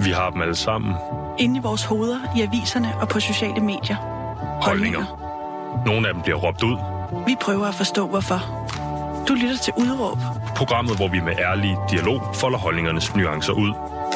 Vi har dem alle sammen. Inde i vores hoveder, i aviserne og på sociale medier. Holdninger. Nogle af dem bliver råbt ud. Vi prøver at forstå, hvorfor. Du lytter til Udråb. Programmet, hvor vi med ærlig dialog folder holdningernes nuancer ud.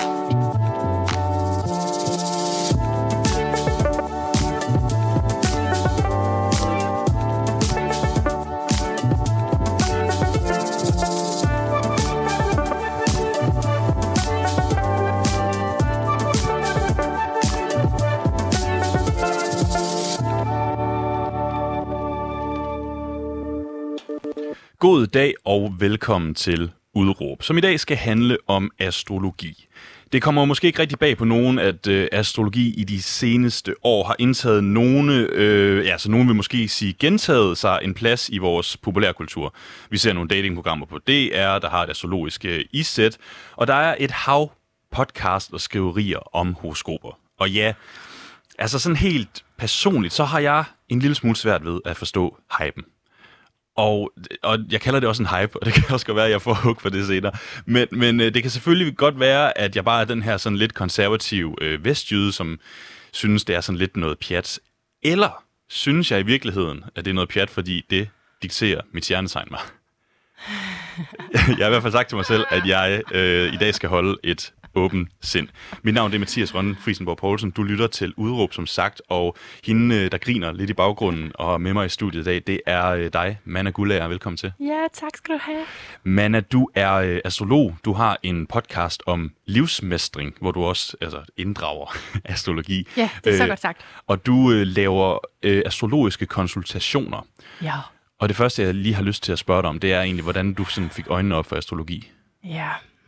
God dag og velkommen til Udråb, som i dag skal handle om astrologi. Det kommer måske ikke rigtig bag på nogen, at astrologi i de seneste år har indtaget så nogen vil måske sige gentaget sig en plads i vores populærkultur. Vi ser nogle datingprogrammer på DR, der har et astrologisk isæt, og der er et hav podcast og skriverier om horoskoper. Og ja, altså sådan helt personligt, så har jeg en lille smule svært ved at forstå hypen. Og jeg kalder det også en hype, og det kan også godt være, at jeg får hug for det senere. Men det kan selvfølgelig godt være, at jeg bare er den her sådan lidt konservativ vestjyde, som synes, det er sådan lidt noget pjat. Eller synes jeg i virkeligheden, at det er noget pjat, fordi det dikterer mit stjernetegn mig. Jeg har i hvert fald sagt til mig selv, at jeg i dag skal holde et åben sind. Mit navn er Mathias Rønne Friesenborg Poulsen. Du lytter til Udråb, som sagt, og hende, der griner lidt i baggrunden og med mig i studiet i dag, det er dig, Manna Guldager. Velkommen til. Ja, tak skal du have. Manna, du er astrolog. Du har en podcast om livsmestring, hvor du også inddrager astrologi. Ja, det er så godt sagt. Og du laver astrologiske konsultationer. Ja. Og det første, jeg lige har lyst til at spørge dig om, det er egentlig, hvordan du sådan fik øjnene op for astrologi. Ja.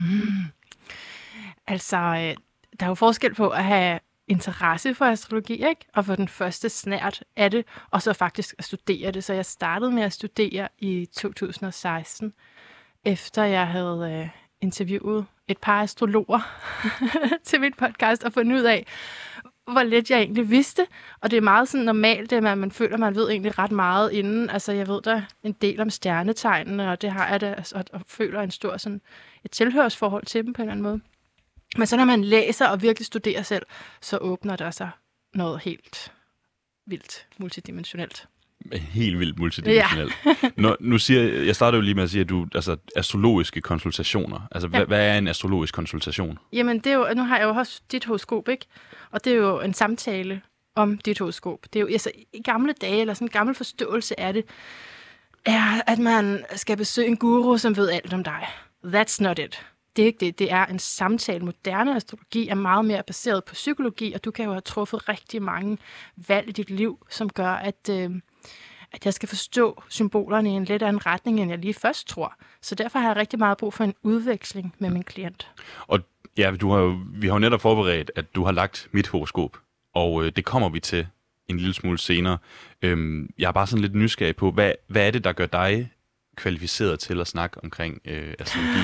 Altså, der er jo forskel på at have interesse for astrologi, ikke? Og for den første snert af det, og så faktisk at studere det. Så jeg startede med at studere i 2016, efter jeg havde interviewet et par astrologer til mit podcast, og fundet ud af, hvor lidt jeg egentlig vidste. Og det er meget sådan normalt, at man føler, at man ved egentlig ret meget inden. Altså, jeg ved da en del om stjernetegnene, og det har jeg da, og føler en stor sådan, et tilhørsforhold til dem på en eller anden måde. Men så når man læser og virkelig studerer selv, så åbner der sig noget helt vildt multidimensionelt. Helt vildt multidimensionelt. Ja. Jeg starter jo lige med at sige, at du astrologiske konsultationer. Altså, ja. Hvad er en astrologisk konsultation? Jamen, det er jo, nu har jeg jo også dit horoskop, ikke? Og det er jo en samtale om dit horoskop. Det er jo altså i gamle dage, eller sådan en gammel forståelse af det, er, at man skal besøge en guru, som ved alt om dig. That's not it. Det er ikke det. Det er en samtale. Moderne astrologi er meget mere baseret på psykologi, og du kan jo have truffet rigtig mange valg i dit liv, som gør, at jeg skal forstå symbolerne i en lidt anden retning, end jeg lige først tror. Så derfor har jeg rigtig meget brug for en udveksling med min klient. Og ja, vi har jo netop forberedt, at du har lagt mit horoskop, og det kommer vi til en lille smule senere. Jeg er bare sådan lidt nysgerrig på, hvad er det, der gør dig kvalificeret til at snakke omkring astrologi?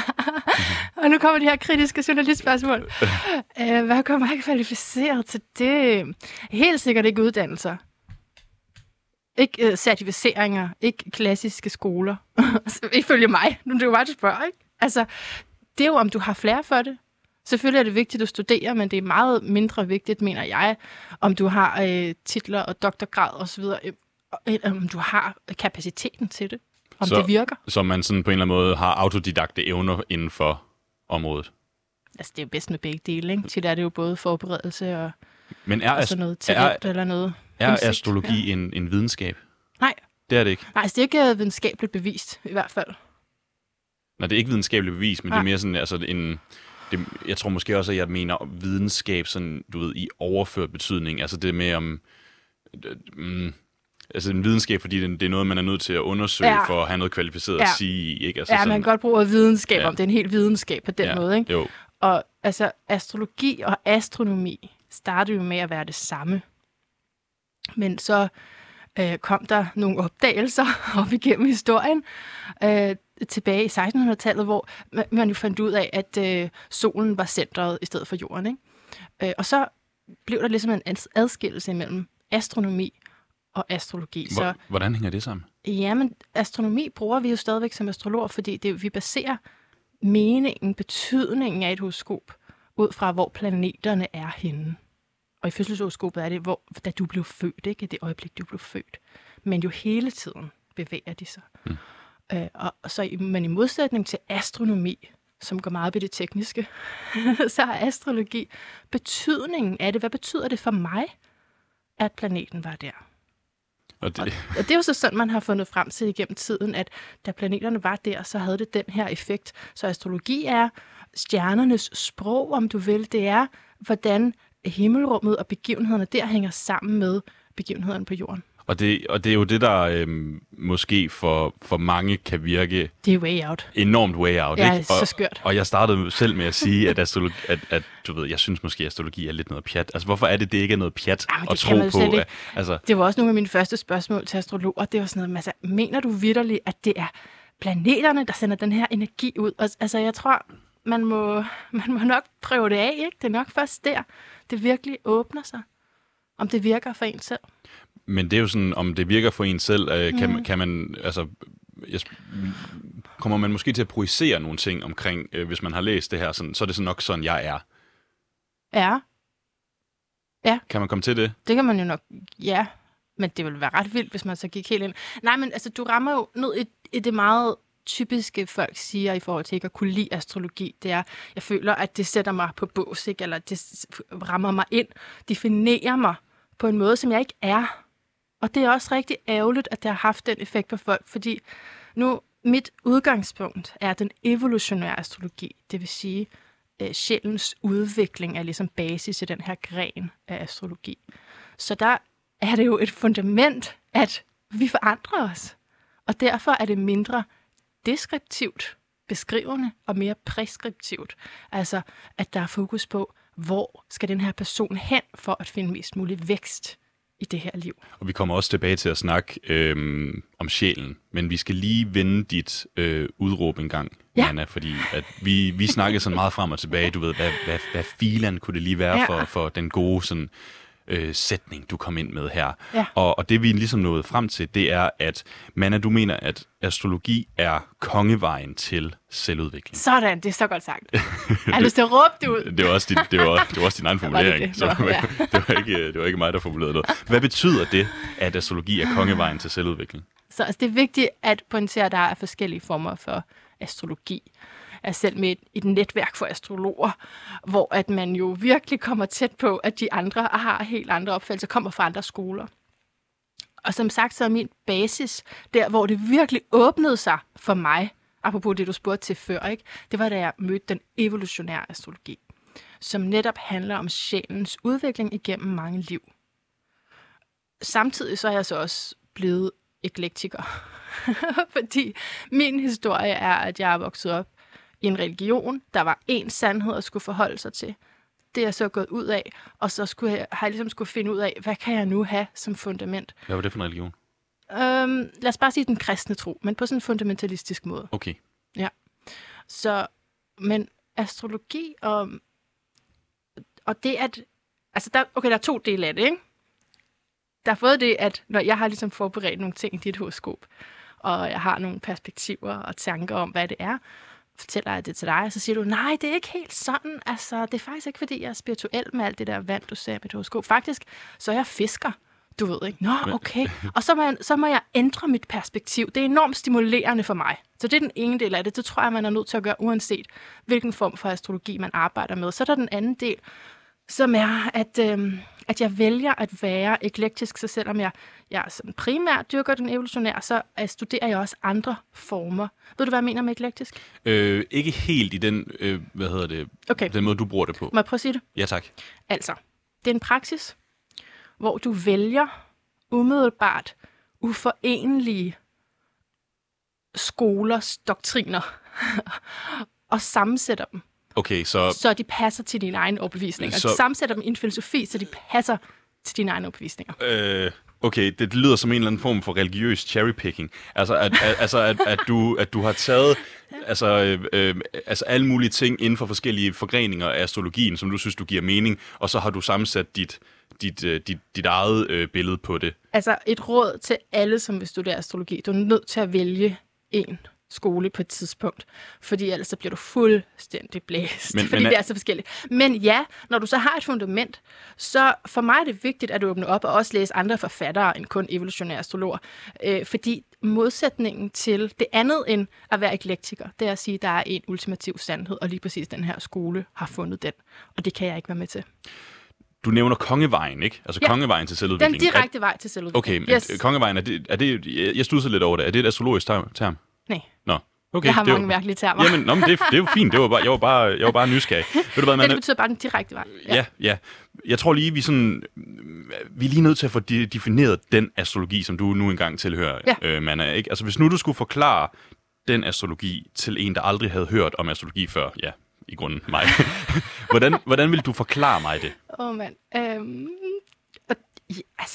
Og nu kommer de her kritiske journalistspørgsmål. Hvad gør mig kvalificeret til det? Helt sikkert ikke uddannelser. Ikke certificeringer. Ikke klassiske skoler. Ifølge mig. Nu er det jo bare, du spørger, ikke? Altså, det er jo, om du har flere for det. Selvfølgelig er det vigtigt at studere, men det er meget mindre vigtigt, mener jeg, om du har titler og doktorgrad osv., om du har kapaciteten til det. Om det virker. Så man sådan på en eller anden måde har autodidakte evner inden for området? Altså, det er jo bedst med begge dele, ikke? Til er det jo både forberedelse og, men og sådan noget talent eller noget. Er astrologi en videnskab? Nej. Det er det ikke? Nej, altså, det er ikke videnskabeligt bevist, i hvert fald. Nej, det er ikke videnskabeligt bevist, men det er mere sådan, jeg tror måske også, at jeg mener videnskab sådan, du ved, i overført betydning. Altså det med om... Altså en videnskab, fordi det er noget, man er nødt til at undersøge for at have noget kvalificeret at sige. Ikke? Altså, man kan godt bruge videnskab om. Det er en helt videnskab på den måde. Ikke? Jo. Og altså astrologi og astronomi startede jo med at være det samme. Men så kom der nogle opdagelser op igennem historien tilbage i 1600-tallet, hvor man jo fandt ud af, at solen var centret i stedet for jorden. Ikke? Og så blev der ligesom en adskillelse mellem astronomi og astrologi. Hvordan hænger det sammen? Jamen, astronomi bruger vi jo stadigvæk som astrologer, fordi vi baserer meningen, betydningen af et horoskop ud fra, hvor planeterne er henne. Og i fødselshoroskopet er det, da du blev født, ikke? Det øjeblik, du blev født. Men jo hele tiden bevæger de sig. Men i modsætning til astronomi, som går meget ved det tekniske, så har astrologi betydningen af det. Hvad betyder det for mig, at planeten var der? Og det er jo så sådan, man har fundet frem til igennem tiden, at da planeterne var der, så havde det den her effekt. Så astrologi er stjernernes sprog, om du vil. Det er, hvordan himmelrummet og begivenhederne der hænger sammen med begivenhederne på jorden. Og det er jo det, der måske for mange kan virke... Det er way out. Enormt way out, ja, ikke? Så skørt. Og jeg startede selv med at sige, at du ved, jeg synes måske, at astrologi er lidt noget pjat. Altså, hvorfor er det ikke er noget pjat at tro på? Altså... Det var også nogle af mine første spørgsmål til astrologer. Det var sådan noget, altså, mener du vitterligt, at det er planeterne, der sender den her energi ud? Og, altså, jeg tror, man må nok prøve det af, ikke? Det er nok først der, det virkelig åbner sig. Om det virker for en selv. Men det er jo sådan, om det virker for en selv, kan man, altså, kommer man måske til at projicere nogle ting omkring, hvis man har læst det her, sådan, så er det så nok sådan, jeg er. Ja. Kan man komme til det? Det kan man jo nok, ja. Men det ville være ret vildt, hvis man så gik helt ind. Nej, men altså, du rammer jo ned i det meget typiske, folk siger i forhold til ikke at kunne lide astrologi. Det er, jeg føler, at det sætter mig på bås, ikke? Eller det rammer mig ind, definerer mig på en måde, som jeg ikke er. Og det er også rigtig ærgerligt, at det har haft den effekt på folk, fordi nu mit udgangspunkt er den evolutionære astrologi, det vil sige, sjælens udvikling er ligesom basis i den her gren af astrologi. Så der er det jo et fundament, at vi forandrer os, og derfor er det mindre deskriptivt, beskrivende og mere præskriptivt. Altså, at der er fokus på, hvor skal den her person hen for at finde mest mulig vækst i det her liv. Og vi kommer også tilbage til at snakke om sjælen, men vi skal lige vende dit udråb en gang, Anna, fordi at vi snakkede sådan meget frem og tilbage, du ved, hvad filan kunne det lige være for den gode sådan, sætning, du kom ind med her. Ja. Og det vi ligesom nåede frem til, det er, at Manna, du mener, at astrologi er kongevejen til selvudvikling. Sådan, det er så godt sagt. Jeg har lyst til at råbe det ud. Det var også din egen formulering. Det var ikke mig, der formulerede noget. Hvad betyder det, at astrologi er kongevejen til selvudvikling? Så altså, det er vigtigt at pointere, at der er forskellige former for astrologi. Er selv med et netværk for astrologer, hvor at man jo virkelig kommer tæt på, at de andre har helt andre opfattelser, kommer fra andre skoler. Og som sagt, så er min basis, der hvor det virkelig åbnede sig for mig, apropos det, du spurgte til før, ikke? Det var, da jeg mødte den evolutionære astrologi, som netop handler om sjælens udvikling igennem mange liv. Samtidig så er jeg så også blevet eklektiker, fordi min historie er, at jeg er vokset op i en religion, der var én sandhed at skulle forholde sig til. Det er jeg så gået ud af, og så har jeg ligesom skulle finde ud af, hvad kan jeg nu have som fundament. Hvad var det for en religion? Lad os bare sige den kristne tro, men på sådan en fundamentalistisk måde. Okay. Ja. Så, men astrologi og det at, altså der er 2 dele af det, ikke? Der er både det, at når jeg har ligesom forberedt nogle ting i dit horoskop, og jeg har nogle perspektiver og tanker om, hvad det er, fortæller jeg det til dig, og så siger du, nej, det er ikke helt sådan. Altså, det er faktisk ikke, fordi jeg er spirituel med alt det der vand, du ser med dit horoskop. Faktisk, så er jeg fisker, du ved ikke. Nå, okay. Og så må jeg ændre mit perspektiv. Det er enormt stimulerende for mig. Så det er den ene del af det. Det tror jeg, man er nødt til at gøre, uanset hvilken form for astrologi, man arbejder med. Så er der den anden del, som er, at jeg vælger at være eklektisk, så selvom jeg sådan primært dyrker den evolutionære, så studerer jeg også andre former. Ved du, hvad jeg mener med eklektisk? Ikke helt i den, den måde, du bruger det på. Må jeg prøve at sige det? Ja, tak. Altså, det er en praksis, hvor du vælger umiddelbart uforenelige skolers doktriner og sammensætter dem. Okay, så de passer til dine egne overbevisninger. De sammensætter dem i en filosofi, så de passer til dine egne overbevisninger. Okay, det lyder som en eller anden form for religiøs cherrypicking. Altså, at du har taget altså alle mulige ting inden for forskellige forgreninger af astrologien, som du synes, du giver mening, og så har du sammensat dit eget billede på det. Altså et råd til alle, som vil studere astrologi. Du er nødt til at vælge en skole på et tidspunkt, fordi ellers så bliver du fuldstændig blæst, fordi det er så forskelligt. Men ja, når du så har et fundament, så for mig er det vigtigt, at du åbner op og også læse andre forfattere end kun evolutionære astrologer, fordi modsætningen til det andet end at være eklektiker, det er at sige, at der er en ultimativ sandhed, og lige præcis den her skole har fundet den, og det kan jeg ikke være med til. Du nævner kongevejen, ikke? Altså kongevejen til selvudvikling. Den direkte vej til selvudvikling. Okay, men kongevejen, er det jeg studser lidt over det. Er det et astrologisk term? Nej. Nå. Okay, jeg har mange mærkelige termer. Jamen, men det er jo fint. Jeg var bare nysgerrig. Ved du hvad, det betyder bare den direkte vej. Ja. Jeg tror lige, vi er lige nødt til at få defineret den astrologi, som du nu engang tilhører, Manna, ikke? Altså, hvis nu du skulle forklare den astrologi til en, der aldrig havde hørt om astrologi før, ja, i grunden mig. hvordan vil du forklare mig det? Mand. Altså,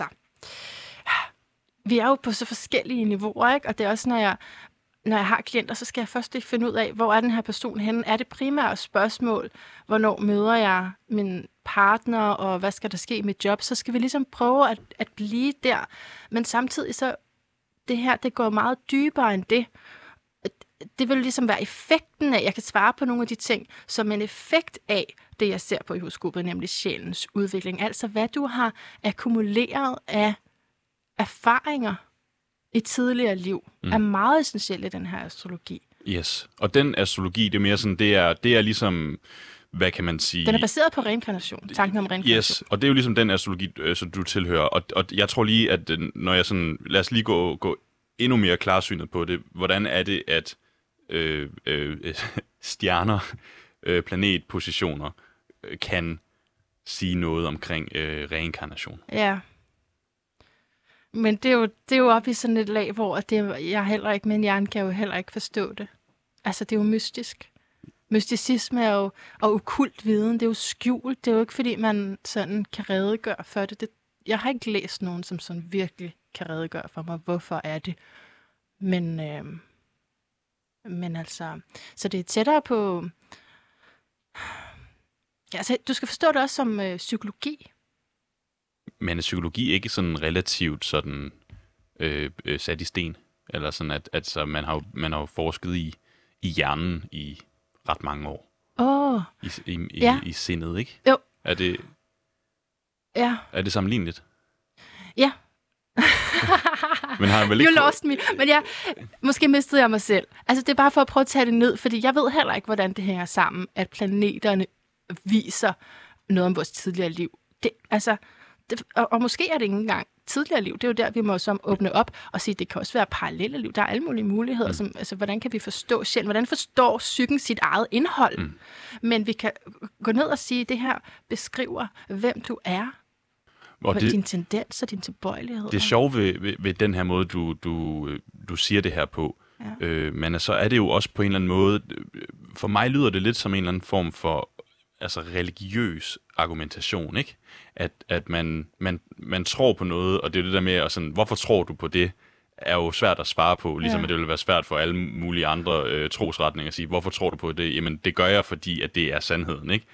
vi er jo på så forskellige niveauer, ikke? Og det er også, når jeg har klienter, så skal jeg først lige finde ud af, hvor er den her person henne? Er det primære spørgsmål, hvornår møder jeg min partner, og hvad skal der ske i mit job? Så skal vi ligesom prøve at blive der. Men samtidig så, det her, det går meget dybere end det. Det vil ligesom være effekten af, jeg kan svare på nogle af de ting, som en effekt af det, jeg ser på i horoskopet, nemlig sjælens udvikling. Altså, hvad du har akkumuleret af erfaringer i tidligere liv, er meget essentielt i den her astrologi. Yes, og den astrologi, det er mere sådan, det er ligesom, hvad kan man sige? Den er baseret på reinkarnation, tanken om reinkarnation. Yes, og det er jo ligesom den astrologi, som du tilhører, og jeg tror lige, at når jeg sådan, lad os lige gå endnu mere klarsynet på det, hvordan er det, at stjerner, planetpositioner, kan sige noget omkring reinkarnation. Ja. Men det er jo oppe i sådan et lag, hvor jeg heller ikke, min hjerne kan jo heller ikke forstå det. Altså, det er jo mystisk. Mysticisme er jo, og okkult viden, det er jo skjult. Det er jo ikke, fordi man sådan kan redegøre for det. Jeg har ikke læst nogen, som sådan virkelig kan redegøre for mig, hvorfor er det. Men altså, så det er tættere på... Altså, du skal forstå det også som psykologi. Men er psykologi ikke sådan relativt sådan sat i sten? Eller sådan, at så man har jo forsket i hjernen i ret mange år. I sindet, ikke? Jo. Er det sammenligneligt? Ja. Men har jeg vel ikke you lost me. Men måske mistede jeg mig selv. Altså, det er bare for at prøve at tage det ned, fordi jeg ved heller ikke, hvordan det hænger sammen, at planeterne viser noget om vores tidligere liv. Og måske er det ikke engang tidligere liv. Det er jo der, vi må så åbne op og sige, at det kan også være parallelle liv. Der er alle mulige muligheder. Som, altså, hvordan kan vi forstå sjælen? Hvordan forstår psyken sit eget indhold? Men vi kan gå ned og sige, at det her beskriver, hvem du er. Og din tendens og din tilbøjelighed. Det er sjovt ved den her måde, du siger det her på. Ja. Men så er det jo også på en eller anden måde... For mig lyder det lidt som en eller anden form for religiøs argumentation, ikke? At man tror på noget, og det er det der med, og sådan, hvorfor tror du på det, er jo svært at svare på, ligesom at det vil være svært for alle mulige andre trosretninger at sige, hvorfor tror du på det? Jamen, det gør jeg, fordi at det er sandheden, ikke?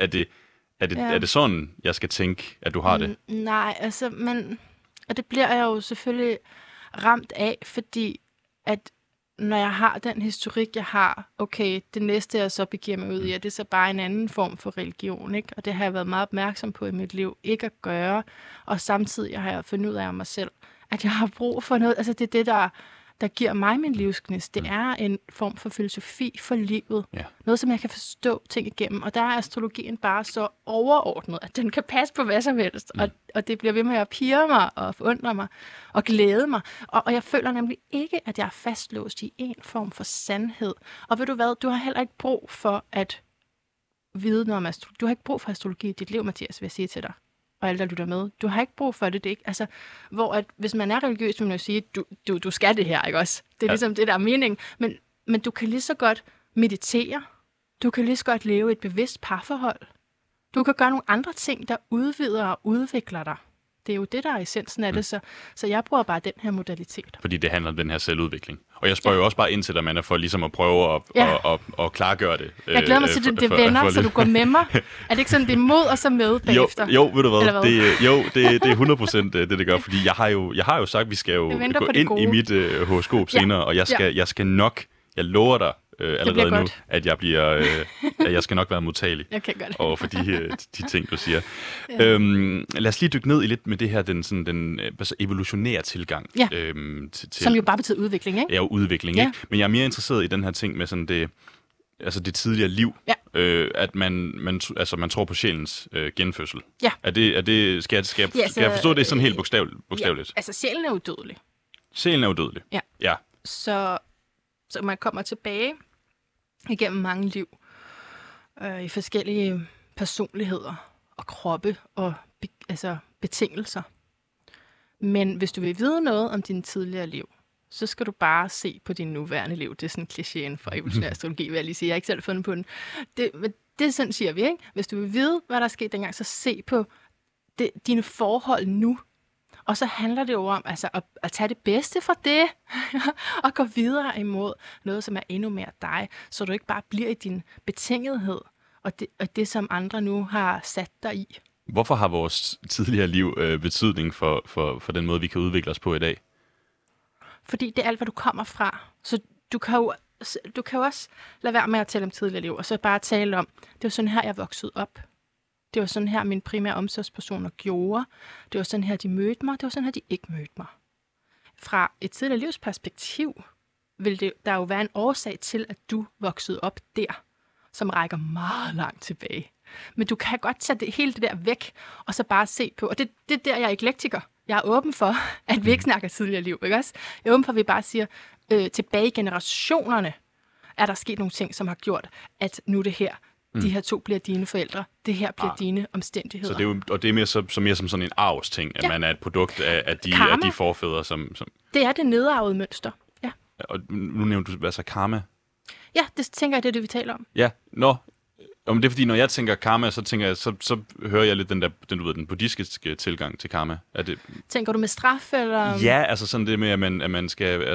Er det sådan, jeg skal tænke, at du har det? Nej, altså, og det bliver jeg jo selvfølgelig ramt af, fordi at når jeg har den historik, jeg har, okay, det næste, jeg så begiver mig ud i, det er så bare en anden form for religion, ikke? Og det har jeg været meget opmærksom på i mit liv, ikke at gøre. Og samtidig har jeg fundet ud af mig selv, at jeg har brug for noget. Altså, det er det, der giver mig min livsgnist. Det er en form for filosofi for livet. Ja. Noget, som jeg kan forstå ting igennem. Og der er astrologien bare så overordnet, at den kan passe på hvad som helst. Og det bliver ved med at pirre mig og forundre mig og glæde mig. Og jeg føler nemlig ikke, at jeg er fastlåst i en form for sandhed. Og ved du hvad, du har heller ikke brug for at vide noget om astrologi. Du har ikke brug for astrologi i dit liv, Mathias, vil jeg sige til dig. Og alle, der lytter med. Du har ikke brug for det, ikke? Altså, hvor at, hvis man er religiøs, så vil man jo sige, du skal det her, ikke også? Det er ligesom det, der er mening. Men du kan lige så godt meditere. Du kan lige så godt leve et bevidst parforhold. Du kan gøre nogle andre ting, der udvider og udvikler dig. Det er jo det, der er essensen af det, så jeg bruger bare den her modalitet. Fordi det handler om den her selvudvikling. Og jeg spørger jo også bare ind til dig, Manna, for ligesom at prøve at klargøre det. Jeg glæder mig til, det vender, så du går med mig. Er det ikke sådan, det er mod og så med bagefter? Jo, ved du hvad? Det er 100% det gør, fordi jeg har jo sagt, at vi skal jo gå ind i mit horoskop senere, og jeg Jeg lover dig allerede nu, godt. at jeg skal nok være modtagelig Okay, godt. over for de ting, du siger. Ja. Lad os lige dykke ned i lidt med det her, den evolutionære tilgang. Ja. Til, Som jo bare betyder udvikling, ikke? Ja, udvikling, Ja. ikke? Men jeg er mere interesseret i den her ting med sådan det tidligere liv. Ja. At man tror på sjælens genfødsel. Ja. Skal jeg forstå det sådan helt bogstaveligt? Ja, altså sjælen er udødelig. Sjælen er udødelig. Ja. Så man kommer tilbage igennem mange liv i forskellige personligheder og kroppe og betingelser. Men hvis du vil vide noget om dine tidligere liv, så skal du bare se på din nuværende liv. Det er sådan klichéen for evolutionær astrologi, vil jeg lige sige. Jeg har ikke selv fundet på den. Det sådan siger vi, ikke? Hvis du vil vide, hvad der er sket dengang, så se på dine forhold nu. Og så handler det jo om at tage det bedste fra det, og gå videre imod noget, som er endnu mere dig, så du ikke bare bliver i din betingethed, og det som andre nu har sat dig i. Hvorfor har vores tidligere liv betydning for den måde, vi kan udvikle os på i dag? Fordi det er alt, hvad du kommer fra. Så du kan jo også lade være med at tale om tidligere liv, og så bare tale om, det var sådan her, jeg voksede op. Det var sådan her, mine primære omsorgspersoner gjorde. Det var sådan her, de mødte mig. Det var sådan her, de ikke mødte mig. Fra et tidligere livsperspektiv vil der jo være en årsag til, at du voksede op der, som rækker meget langt tilbage. Men du kan godt tage hele det der væk, og så bare se på, og det er der, jeg er eklektiker. Jeg er åben for, at vi ikke snakker tidligere liv, ikke også? Jeg er åben for, at vi bare siger, tilbage i generationerne er der sket nogle ting, som har gjort, at nu det her, de her to bliver dine forældre, det her bliver dine omstændigheder. Så det er jo, og det er mere som sådan en arvsting, at man er et produkt af de forfædre, som... Det er det nedarvede mønster, ja. Og nu nævnte du, hvad så karma? Ja, det tænker jeg, det er det, vi taler om. Ja, men det er fordi, når jeg tænker karma, så tænker jeg, så hører jeg lidt den buddhistiske tilgang til karma. Er det... Tænker du med straf, eller? Ja, altså sådan det med, at man skal,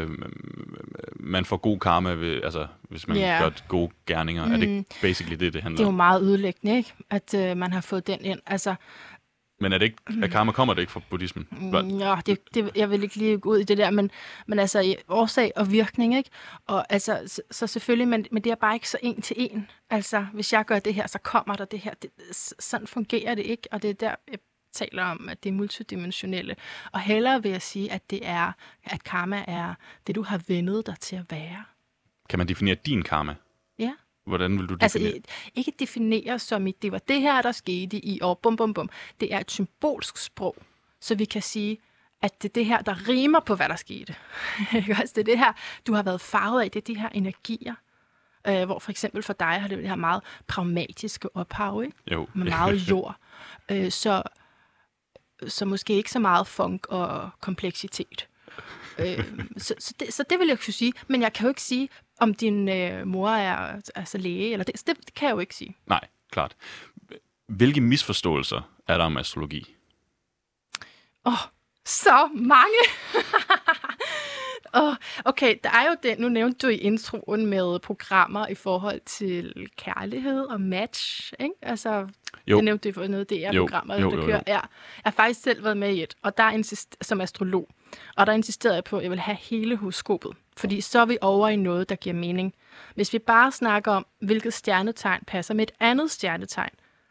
man får god karma, hvis man gør gode gerninger. Er det basically det handler om? Det er jo meget ødelæggende, ikke? At man har fået den ind. Altså, men er det ikke, at karma kommer det ikke fra buddhismen? Ja, jeg vil ikke lige gå ud i det der, men altså i årsag og virkning, ikke? Og altså, så selvfølgelig, men det er bare ikke så en til en. Altså, hvis jeg gør det her, så kommer der det her. Sådan fungerer det ikke, og det er der, jeg taler om, at det er multidimensionelle. Og hellere vil jeg sige, at karma er det, du har vendet dig til at være. Kan man definere din karma? Ja. Hvordan vil du definere? Altså ikke definere som i, det var det her, der skete i år, bum, bum, bum. Det er et symbolsk sprog, så vi kan sige, at det er det her, der rimer på, hvad der skete. Det er det her, du har været farvet af, det er de her energier. Hvor for eksempel for dig har det her meget pragmatiske ophav, ikke? Jo. Med meget jord. Så måske ikke så meget funk og kompleksitet. Så det vil jeg kunne sige. Men jeg kan jo ikke sige, om din mor er altså læge, eller det kan jeg jo ikke sige. Nej, klart. Hvilke misforståelser er der om astrologi? Så mange! Okay, der er jo det, nu nævnte du i introen med programmer i forhold til kærlighed og match, ikke? Altså, jeg nævnte det for noget DR-programmer, der kører. Ja, jeg har faktisk selv været med i et, og der som astrolog, og der insisterede jeg på, at jeg vil have hele horoskopet, fordi så er vi over i noget, der giver mening. Hvis vi bare snakker om, hvilket stjernetegn passer med et andet stjernetegn,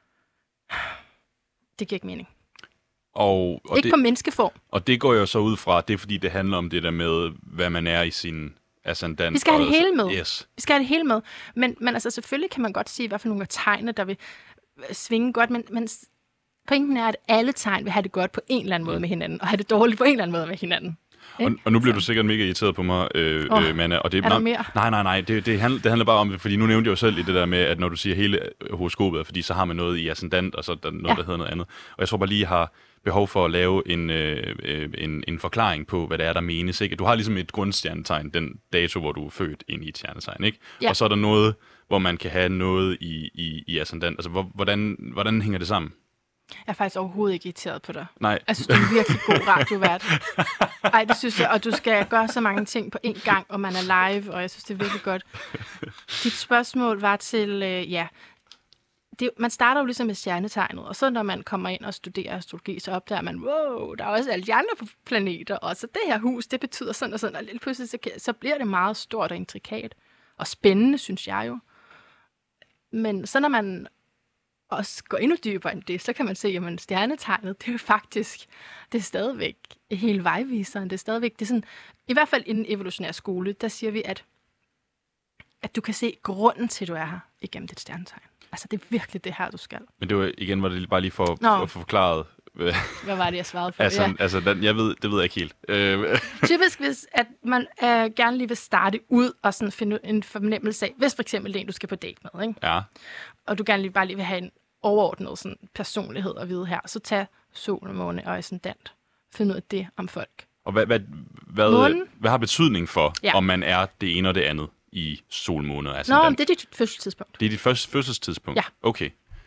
det giver ikke mening. Og ikke på menneskeform. Og det går jo så ud fra, det er fordi, det handler om det der med, hvad man er i sin ascendant. Vi skal have det hele med. Yes. Vi skal have det hele med. Men altså, selvfølgelig kan man godt sige, hvad for nogle af tegnene, der vil svinge godt, men pointen er, at alle tegn vil have det godt på en eller anden måde med hinanden, og have det dårligt på en eller anden måde med hinanden. Og nu bliver du sikkert mega irriteret på mig, Manna. Og det er der mere? Nej. Det handler bare om, fordi nu nævnte jeg jo selv i det der med, at når du siger hele horoskopet, fordi så har man noget i ascendant, og så er der noget, der hedder noget andet. Og jeg tror bare lige, har behov for at lave en forklaring på, hvad det er, der menes. Ikke? Du har ligesom et grundstjernetegn, den dato, hvor du er født ind i et stjernetegn. Ikke? Ja. Og så er der noget, hvor man kan have noget i ascendant. Altså, hvordan hænger det sammen? Jeg er faktisk overhovedet ikke irriteret på dig. Nej. Jeg synes, du er en virkelig god radiovært. Ej, det synes jeg, og du skal gøre så mange ting på én gang, og man er live, og jeg synes, det er virkelig godt. Dit spørgsmål var til, man starter jo ligesom med stjernetegnet, og så når man kommer ind og studerer astrologi, så opdager man, wow, der er også alle de andre planeter, og så det her hus, det betyder sådan og sådan, og lidt pludselig så bliver det meget stort og intrikat, og spændende, synes jeg jo. Men så når man også går endnu dybere end det, så kan man se, at stjernetegnet, det er jo faktisk, det er stadigvæk hele vejviseren, det er stadigvæk, det er sådan, i hvert fald i den evolutionære skole, der siger vi, at du kan se grunden til, at du er her igennem dit stjernetegn. Altså, det er virkelig det her, du skal. Men det var igen, var det bare lige for at få forklaret. Hvad var det, jeg svarede på? Det ved jeg ikke helt. Typisk, hvis at man gerne lige vil starte ud og sådan finde en fornemmelse af, hvis for eksempel en, du skal på date med, ikke? Ja. Og du gerne bare lige vil have en overordnet sådan, personlighed at vide her, så tag sol, måne og ascendant. Find ud af det om folk. Og hvad har betydning for, om man er det ene og det andet i solmåne og ascendant? Det er dit fødselstidspunkt. Det er dit fødselstidspunkt? Ja. Okay.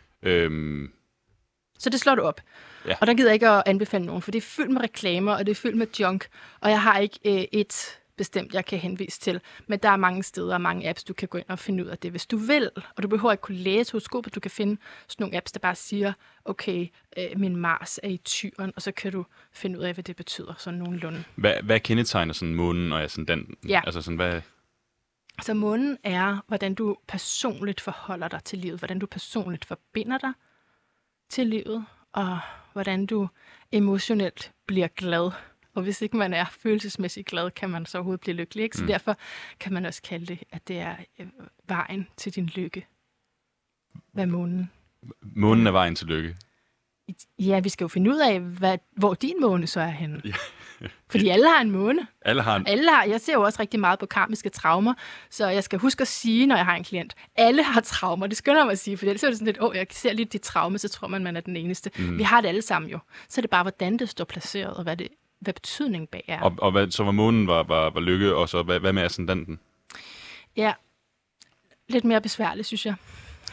Så det slår du op. Ja. Og der gider jeg ikke at anbefale nogen, for det er fyldt med reklamer, og det er fyldt med junk, og jeg har ikke et bestemt, jeg kan henvise til. Men der er mange steder og mange apps, du kan gå ind og finde ud af det, hvis du vil. Og du behøver ikke kunne læse horoskopet. Du kan finde sådan nogle apps, der bare siger, okay, min Mars er i Tyren, og så kan du finde ud af, hvad det betyder, sådan nogenlunde. Hvad kendetegner sådan månen og ascendanten? Ja. Altså sådan, hvad... Så månen er, hvordan du personligt forholder dig til livet, hvordan du personligt forbinder dig til livet, og hvordan du emotionelt bliver glad. Og hvis ikke man er følelsesmæssigt glad, kan man så overhovedet blive lykkelig. Ikke? Så derfor kan man også kalde det, at det er vejen til din lykke. Hvad er månen? Månen er vejen til lykke. Ja, vi skal jo finde ud af, hvor din måne så er henne. Ja. Fordi alle har en måne. Jeg ser jo også rigtig meget på karmiske traumer, så jeg skal huske at sige, når jeg har en klient, alle har traumer. Det skynder mig at sige, for ellers er det sådan lidt, jeg ser lidt dit traume, så tror man er den eneste. Vi har det alle sammen jo. Så er det bare, hvordan det står placeret, og hvad betydningen bag er. Og så var månen var lykke, og så hvad med ascendanten? Ja, lidt mere besværligt, synes jeg.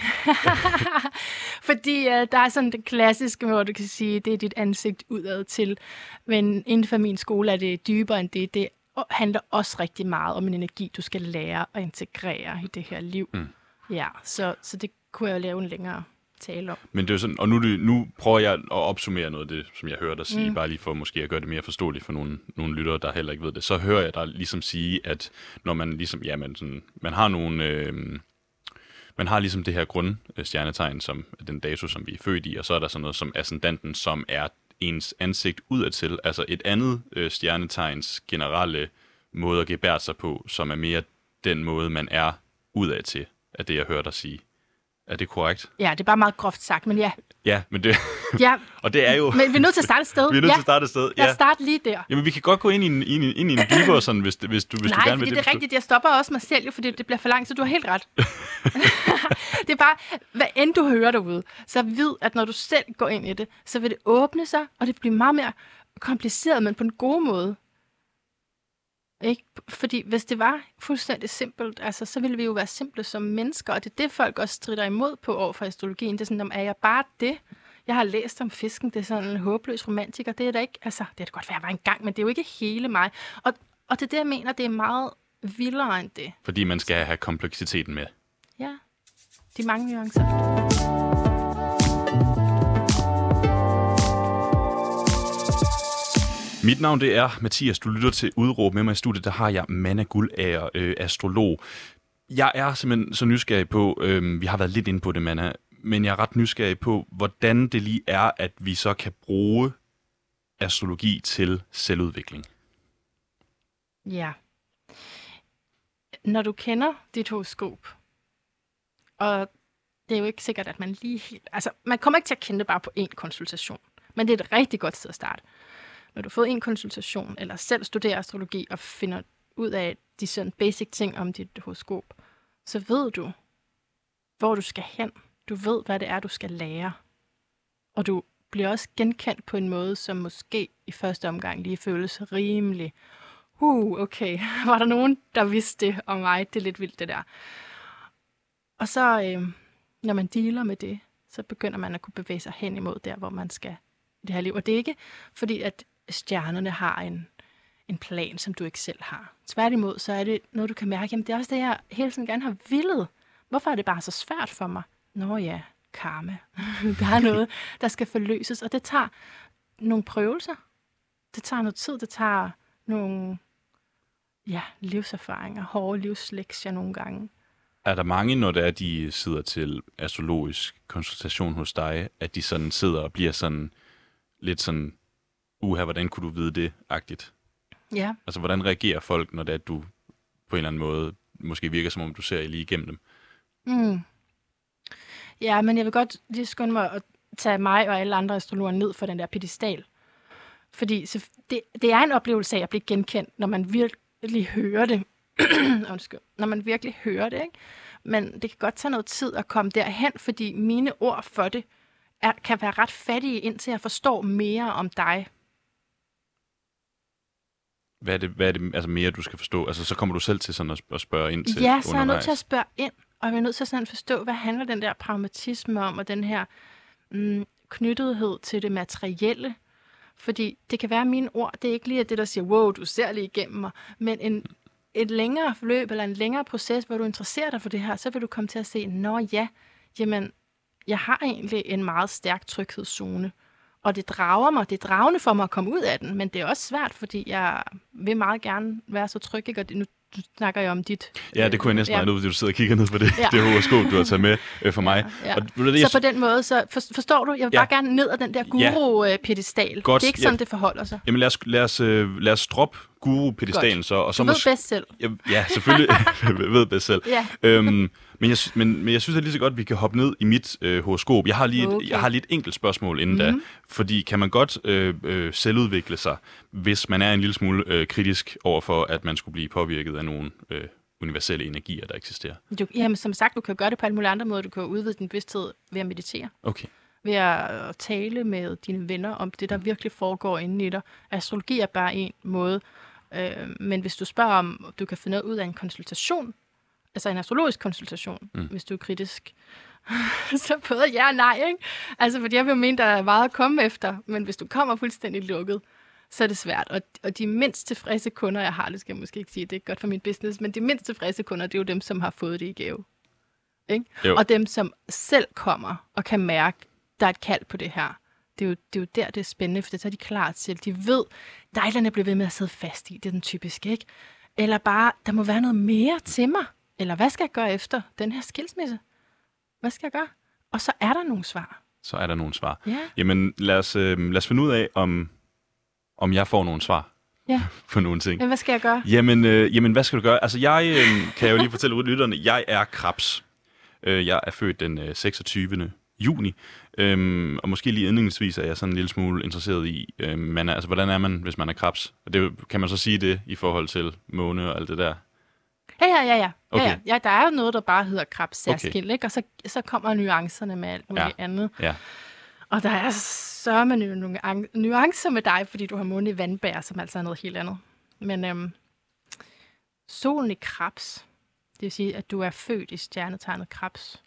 Fordi der er sådan det klassiske, hvor du kan sige, det er dit ansigt udad til. Men inden for min skole er det dybere end det. Det handler også rigtig meget om en energi, du skal lære at integrere i det her liv. Ja, så det kunne jeg lave en længere tale om. Men det er jo sådan, og nu prøver jeg at opsummere noget af det, som jeg hører dig sige, bare lige for måske at gøre det mere forståeligt for nogle lyttere, der heller ikke ved det. Så hører jeg dig ligesom sige, at når man ligesom, man har nogle... Man har ligesom det her grundstjernetegn, som den dato, som vi er født i, og så er der sådan noget som ascendanten, som er ens ansigt udadtil, altså et andet stjernetegns generelle måde at gebære sig på, som er mere den måde, man er udadtil, af det, jeg hørte dig sige. Er det korrekt? Ja, det er bare meget groft sagt, men ja. Ja, men det... Ja. Og det er jo... Men vi er nødt til at starte et sted. Vi er nødt til at starte et sted, ja. Lad os starte lige der. Jamen, vi kan godt gå ind i en dybere, sådan, hvis du gerne vil det. Nej, det er rigtigt. Jeg stopper også mig selv, fordi det bliver for langt, så du har helt ret. Det er bare, hvad end du hører derude, så vid, at når du selv går ind i det, så vil det åbne sig, og det bliver meget mere kompliceret, men på en god måde. Ikke? Fordi hvis det var fuldstændig simpelt, altså, så ville vi jo være simple som mennesker, og det er det, folk også strider imod på over for astrologien. Det er sådan, er jeg bare det? Jeg har læst om fisken, det er sådan en håbløs romantiker. Det er da ikke, altså, det er da godt være, jeg var engang, men det er jo ikke hele mig. Og det er det, jeg mener, det er meget vildere end det. Fordi man skal have kompleksiteten med. Ja, de mange nuancer. Mit navn det er Mathias, du lytter til Udråb. Med mig i studiet, der har jeg Manna Guldager, astrolog. Jeg er simpelthen så nysgerrig på, vi har været lidt inde på det, Manna, men jeg er ret nysgerrig på, hvordan det lige er, at vi så kan bruge astrologi til selvudvikling. Ja. Når du kender dit horoskop, og det er jo ikke sikkert, at man lige helt... Altså, man kommer ikke til at kende det bare på én konsultation, men det er et rigtig godt sted at starte. Når du får en konsultation, eller selv studerer astrologi og finder ud af de sådan basic ting om dit horoskop, så ved du, hvor du skal hen. Du ved, hvad det er, du skal lære. Og du bliver også genkendt på en måde, som måske i første omgang lige føles rimelig. Okay, var der nogen, der vidste det om mig? Det er lidt vildt, det der. Og så, når man dealer med det, så begynder man at kunne bevæge sig hen imod der, hvor man skal i det her liv. Og det er ikke fordi, at stjernerne har en plan, som du ikke selv har. Tværtimod, så er det noget, du kan mærke, jamen det er også det, jeg hele tiden gerne har villet. Hvorfor er det bare så svært for mig? Nå ja, karma. Der er noget, der skal forløses, og det tager nogle prøvelser. Det tager noget tid, det tager nogle livserfaringer, hårde livslektier nogle gange. Er der mange, når det er, de sidder til astrologisk konsultation hos dig, at de sådan sidder og bliver sådan lidt sådan, hvordan kunne du vide det-agtigt? Ja. Altså, hvordan reagerer folk, når det er, at du på en eller anden måde måske virker, som om du ser lige igennem dem? Ja, men jeg vil godt lige skynde mig at tage mig og alle andre astrologer ned for den der pedestal. Fordi det er en oplevelse af at blive genkendt, når man virkelig hører det. Undskyld. Når man virkelig hører det, ikke? Men det kan godt tage noget tid at komme derhen, fordi mine ord for det kan være ret fattige, indtil jeg forstår mere om dig. Hvad er det altså mere, du skal forstå? Altså, så kommer du selv til sådan at spørge ind til Ja, så er jeg undervejs. nødt til at spørge ind, og jeg er nødt til sådan at forstå, hvad handler den der pragmatisme om, og den her knyttethed til det materielle. Fordi det kan være mine ord, det er ikke lige det, der siger, wow, du ser lige igennem mig, men et længere forløb eller en længere proces, hvor du interesserer dig for det her, så vil du komme til at se, jamen, jeg har egentlig en meget stærk tryghedszone, og det drager mig, det er dragende for mig at komme ud af den, men det er også svært, fordi jeg vil meget gerne være så tryg, ikke? Og nu snakker jeg om dit... Ja, det kunne jeg næsten regne ud, fordi du sidder og kigger ned på det, det horoskop, du har taget med for mig. Ja. Og, så på den måde, så forstår du, jeg vil bare gerne ned af den der guru-pedestal. Det er ikke sådan, det forholder sig. Jamen lad os droppe guru-pedestalen så. Og så du ved bedst selv. Ja, selvfølgelig ved bedst selv. Ja. Men jeg synes at lige så godt, vi kan hoppe ned i mit horoskop. Jeg har lige et enkelt spørgsmål inden da. Fordi kan man godt selvudvikle sig, hvis man er en lille smule kritisk overfor, at man skulle blive påvirket af nogle universelle energier, der eksisterer? Jamen, som sagt, du kan gøre det på alle mulige andre måder. Du kan udvide din bevidsthed ved at meditere. Okay. Ved at tale med dine venner om det, der virkelig foregår inde i dig. Astrologi er bare en måde. Men hvis du spørger om, du kan finde noget ud af en konsultation, altså en astrologisk konsultation, hvis du er kritisk, så både ja og nej, ikke? Altså, fordi jeg vil mene, der er meget at komme efter, men hvis du kommer fuldstændig lukket, så er det svært. Og de mindst tilfredse kunder, jeg har, det skal jeg måske ikke sige, det er ikke godt for min business, men de mindst tilfredse kunder, det er jo dem, som har fået det i gave. Ikke? Og dem, som selv kommer og kan mærke, der er et kald på det her. Det er jo der, det er spændende, for det er de klar til. De ved, dejlerne bliver ved med at sidde fast i, det er den typiske, ikke? Eller bare, der må være noget mere til mig. Eller hvad skal jeg gøre efter den her skilsmisse? Hvad skal jeg gøre? Og så er der nogle svar. Ja. Jamen, lad os finde ud af, om jeg får nogle svar på nogle ting. Men hvad skal jeg gøre? Jamen, hvad skal du gøre? Altså, jeg kan jo lige fortælle lytterne, jeg er Krebs. Jeg er født den 26. juni, og måske lige indledningsvis er jeg sådan en lille smule interesseret i, hvordan er man, hvis man er Krebs? Og det, kan man så sige det i forhold til måne og alt det der? Ja. Okay. Ja, der er jo noget, der bare hedder Krebs særskilt, ikke? Og så kommer nuancerne med alt muligt andet. Ja. Og der er så nogle nuancer med dig, fordi du har måne i vandbær, som altså er noget helt andet. Men solen i Krebs, det vil sige, at du er født i stjernetegnet Krebs.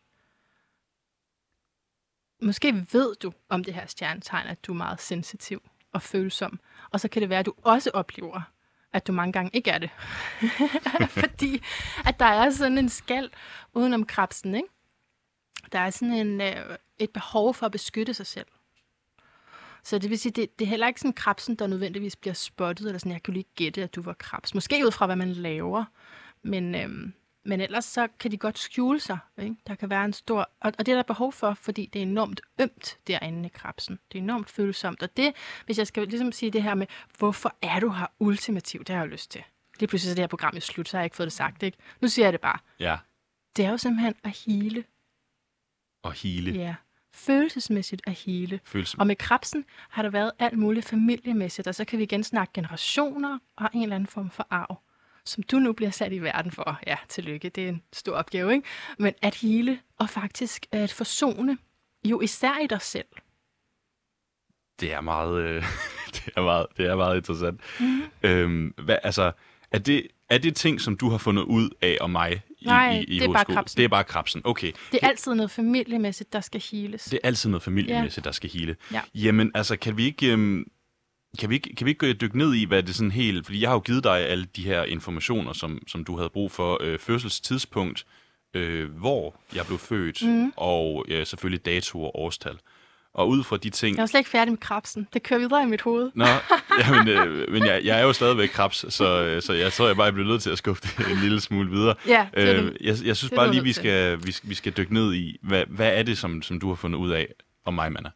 Måske ved du om det her stjernetegn, at du er meget sensitiv og følsom. Og så kan det være, at du også oplever, at du mange gange ikke er det. Fordi at der er sådan en skal udenom Krebsen, ikke? Der er sådan et behov for at beskytte sig selv. Så det vil sige, det er heller ikke sådan Krebsen, der nødvendigvis bliver spottet, eller sådan, jeg kan lige gætte, at du var Krebs. Måske ud fra, hvad man laver, men ellers så kan de godt skjule sig. Ikke? Der kan være en stor... Og det er der behov for, fordi det er enormt ømt derinde i Krebsen. Det er enormt følsomt. Og det, hvis jeg skal ligesom sige det her med, hvorfor er du her ultimativt, det har jeg lyst til. Lige pludselig så det her program i slut, så har jeg ikke fået det sagt, ikke? Nu siger jeg det bare. Ja. Det er jo simpelthen at hele. At hele? Ja. Følelsesmæssigt at hele. Og med Krebsen har der været alt muligt familiemæssigt, og så kan vi igen snakke generationer og en eller anden form for arv, som du nu bliver sat i verden for. Ja, tillykke, det er en stor opgave, ikke? Men at hele og faktisk at forsone, jo især i dig selv. Det er meget, det er meget interessant. Mm-hmm. Er det ting, som du har fundet ud af om mig i det er bare Krebsen. Det er bare Krebsen, okay. Det er altid noget familiemæssigt, der skal heales. Det er altid noget familiemæssigt, der skal hele. Ja. Jamen, altså, kan vi ikke dykke ned i, hvad det sådan helt... Fordi jeg har jo givet dig alle de her informationer, som du havde brug for. Fødselstidspunkt, hvor jeg blev født, og selvfølgelig dato og årstal. Og ud fra de ting... Jeg var slet ikke færdig med krabsen. Det kører videre i mit hoved. Nå, men jeg er jo stadigvæk krabs, så jeg tror, jeg bare bliver nødt til at skuffe det en lille smule videre. Ja, jeg synes bare lige, vi skal dykke ned i, hvad er det, som du har fundet ud af om mig, Manna?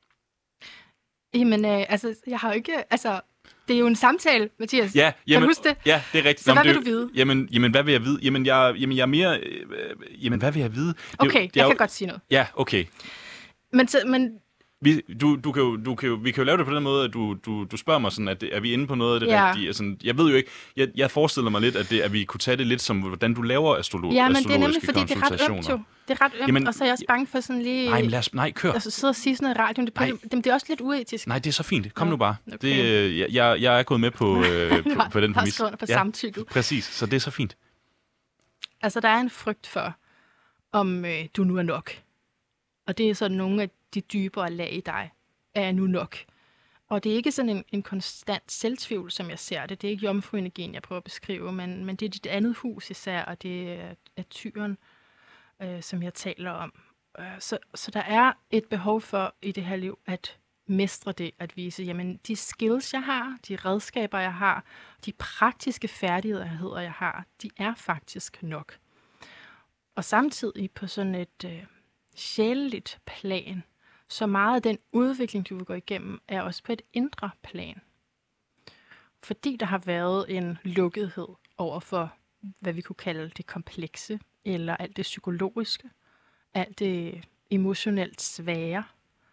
Jamen, jeg har jo ikke... Altså, det er jo en samtale, Mathias. Ja, kan du huske det? Ja, det er rigtigt. Så hvad vil du vide? Jamen, hvad vil jeg vide? Jamen, jeg er mere... hvad vil jeg vide? Okay, jeg kan godt sige noget. Ja, okay. Men vi kan jo lave det på den måde, at du spørger mig sådan, at er vi inde på noget af det rigtige? Altså, jeg ved jo ikke, jeg forestiller mig lidt, at vi kunne tage det lidt som, hvordan du laver astrologiske konsultationer. Ja, men det er nemlig, fordi det er ret ømt jo. Det er ret ømt, jamen, og så er jeg også bange for sådan lige... Nej, kør. Altså sidde og sige sådan noget i radioen, det er også lidt uetisk. Nej, det er så fint. Kom nu bare. Okay. Jeg er gået med på den præmis. Jeg har på samtykke. Præcis, så det er så fint. Altså, der er en frygt for, om du nu er nok. Og det er sådan nogle af de dybere lag i dig, er nu nok. Og det er ikke sådan en konstant selvtvivl, som jeg ser det. Det er ikke jomfruenergien, jeg prøver at beskrive, men det er dit andet hus især, og det er tyren, som jeg taler om. Så der er et behov for i det her liv at mestre det, at vise, jamen de skills, jeg har, de redskaber, jeg har, de praktiske færdigheder, jeg har, de er faktisk nok. Og samtidig på sådan et sjæleligt plan, så meget af den udvikling, du vil gå igennem, er også på et indre plan. Fordi der har været en lukkethed over for, hvad vi kunne kalde det komplekse, eller alt det psykologiske, alt det emotionelt svære,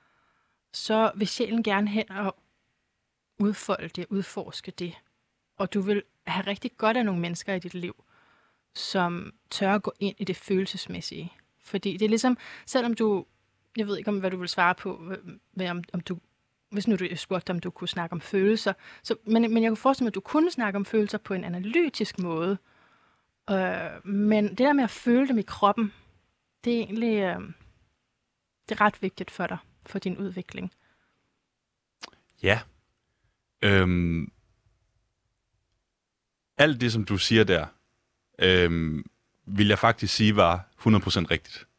så vil sjælen gerne hen og udfolde det, udforske det. Og du vil have rigtig godt af nogle mennesker i dit liv, som tør at gå ind i det følelsesmæssige. Fordi det er ligesom, selvom du, jeg ved ikke, hvad du vil svare på, om du, hvis nu du spurgte, om du kunne snakke om følelser, men jeg kunne forestille mig, at du kunne snakke om følelser på en analytisk måde. Men det der med at føle dem i kroppen, det er egentlig det er ret vigtigt for dig, for din udvikling. Ja. Alt det, som du siger der, vil jeg faktisk sige var 100% rigtigt.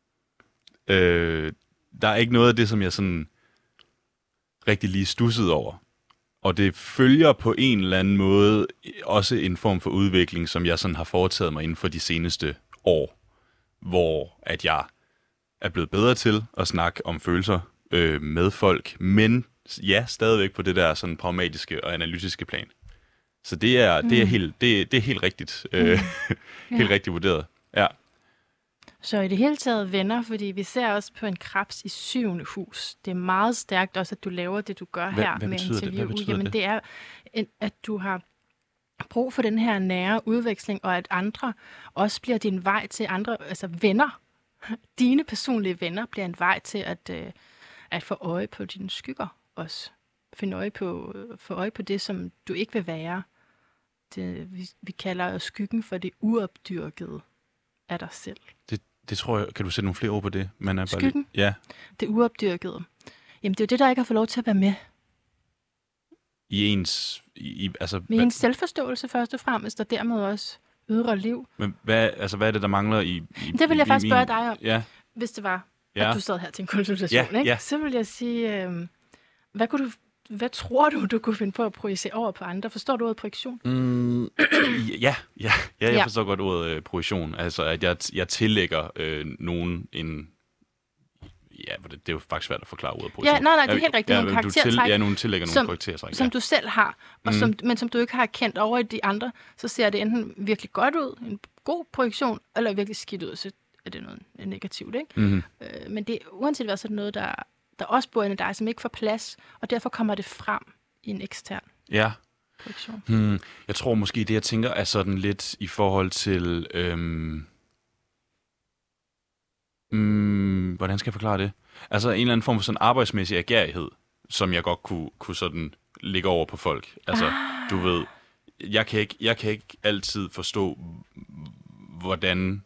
Der er ikke noget af det, som jeg sådan rigtig lige stussede over. Og det følger på en eller anden måde også en form for udvikling, som jeg sådan har foretaget mig inden for de seneste år, hvor at jeg er blevet bedre til at snakke om følelser med folk, men ja, stadigvæk på det der sådan pragmatiske og analytiske plan. Så det er helt rigtigt. Helt rigtigt vurderet. Ja. Så i det hele taget venner, fordi vi ser også på en krebs i 7. hus. Det er meget stærkt også, at du laver det, du gør her med interview. Jamen det er, at du har brug for den her nære udveksling, og at andre også bliver din vej til andre, altså venner. Dine personlige venner bliver en vej til at få øje på dine skygger også. Få øje på det, som du ikke vil være. Vi kalder skyggen for det uopdyrkede af dig selv. Det tror jeg, kan du sætte nogle flere ord på det? Man er skyggen? Bare ja. Det uopdyrkede. Jamen det er jo det, der ikke har fået lov til at være med. I ens selvforståelse først og fremmest, og dermed også ydre liv. Men hvad er det, der mangler i det vil jeg faktisk spørge dig om, ja. Hvis det var, at du sad her til en konsultation. Ikke? Ja. Så vil jeg sige, hvad tror du kunne finde på at projicere over på andre? Forstår du ordet projektion? Ja, jeg forstår godt ordet projektion. Altså, at jeg tillægger nogen en... Ja, det er jo faktisk svært at forklare ordet projektion. Ja, nej, det er helt rigtigt. Nogle karaktertræk, nogen tillægger nogle karaktertræk. Som du selv har, og men som du ikke har kendt over i de andre, så ser det enten virkelig godt ud, en god projektion, eller virkelig skidt ud, så er det noget negativt, ikke? Mm-hmm. Men det er uanset hvad, så er det noget, der også bor inde i dig, som ikke får plads, og derfor kommer det frem i en ekstern projektion. Jeg tror måske, det jeg tænker er sådan lidt i forhold til... hvordan skal jeg forklare det? Altså en eller anden form for sådan arbejdsmæssig agerighed, som jeg godt kunne sådan lægge over på folk. Altså, du ved, jeg kan ikke altid forstå, hvordan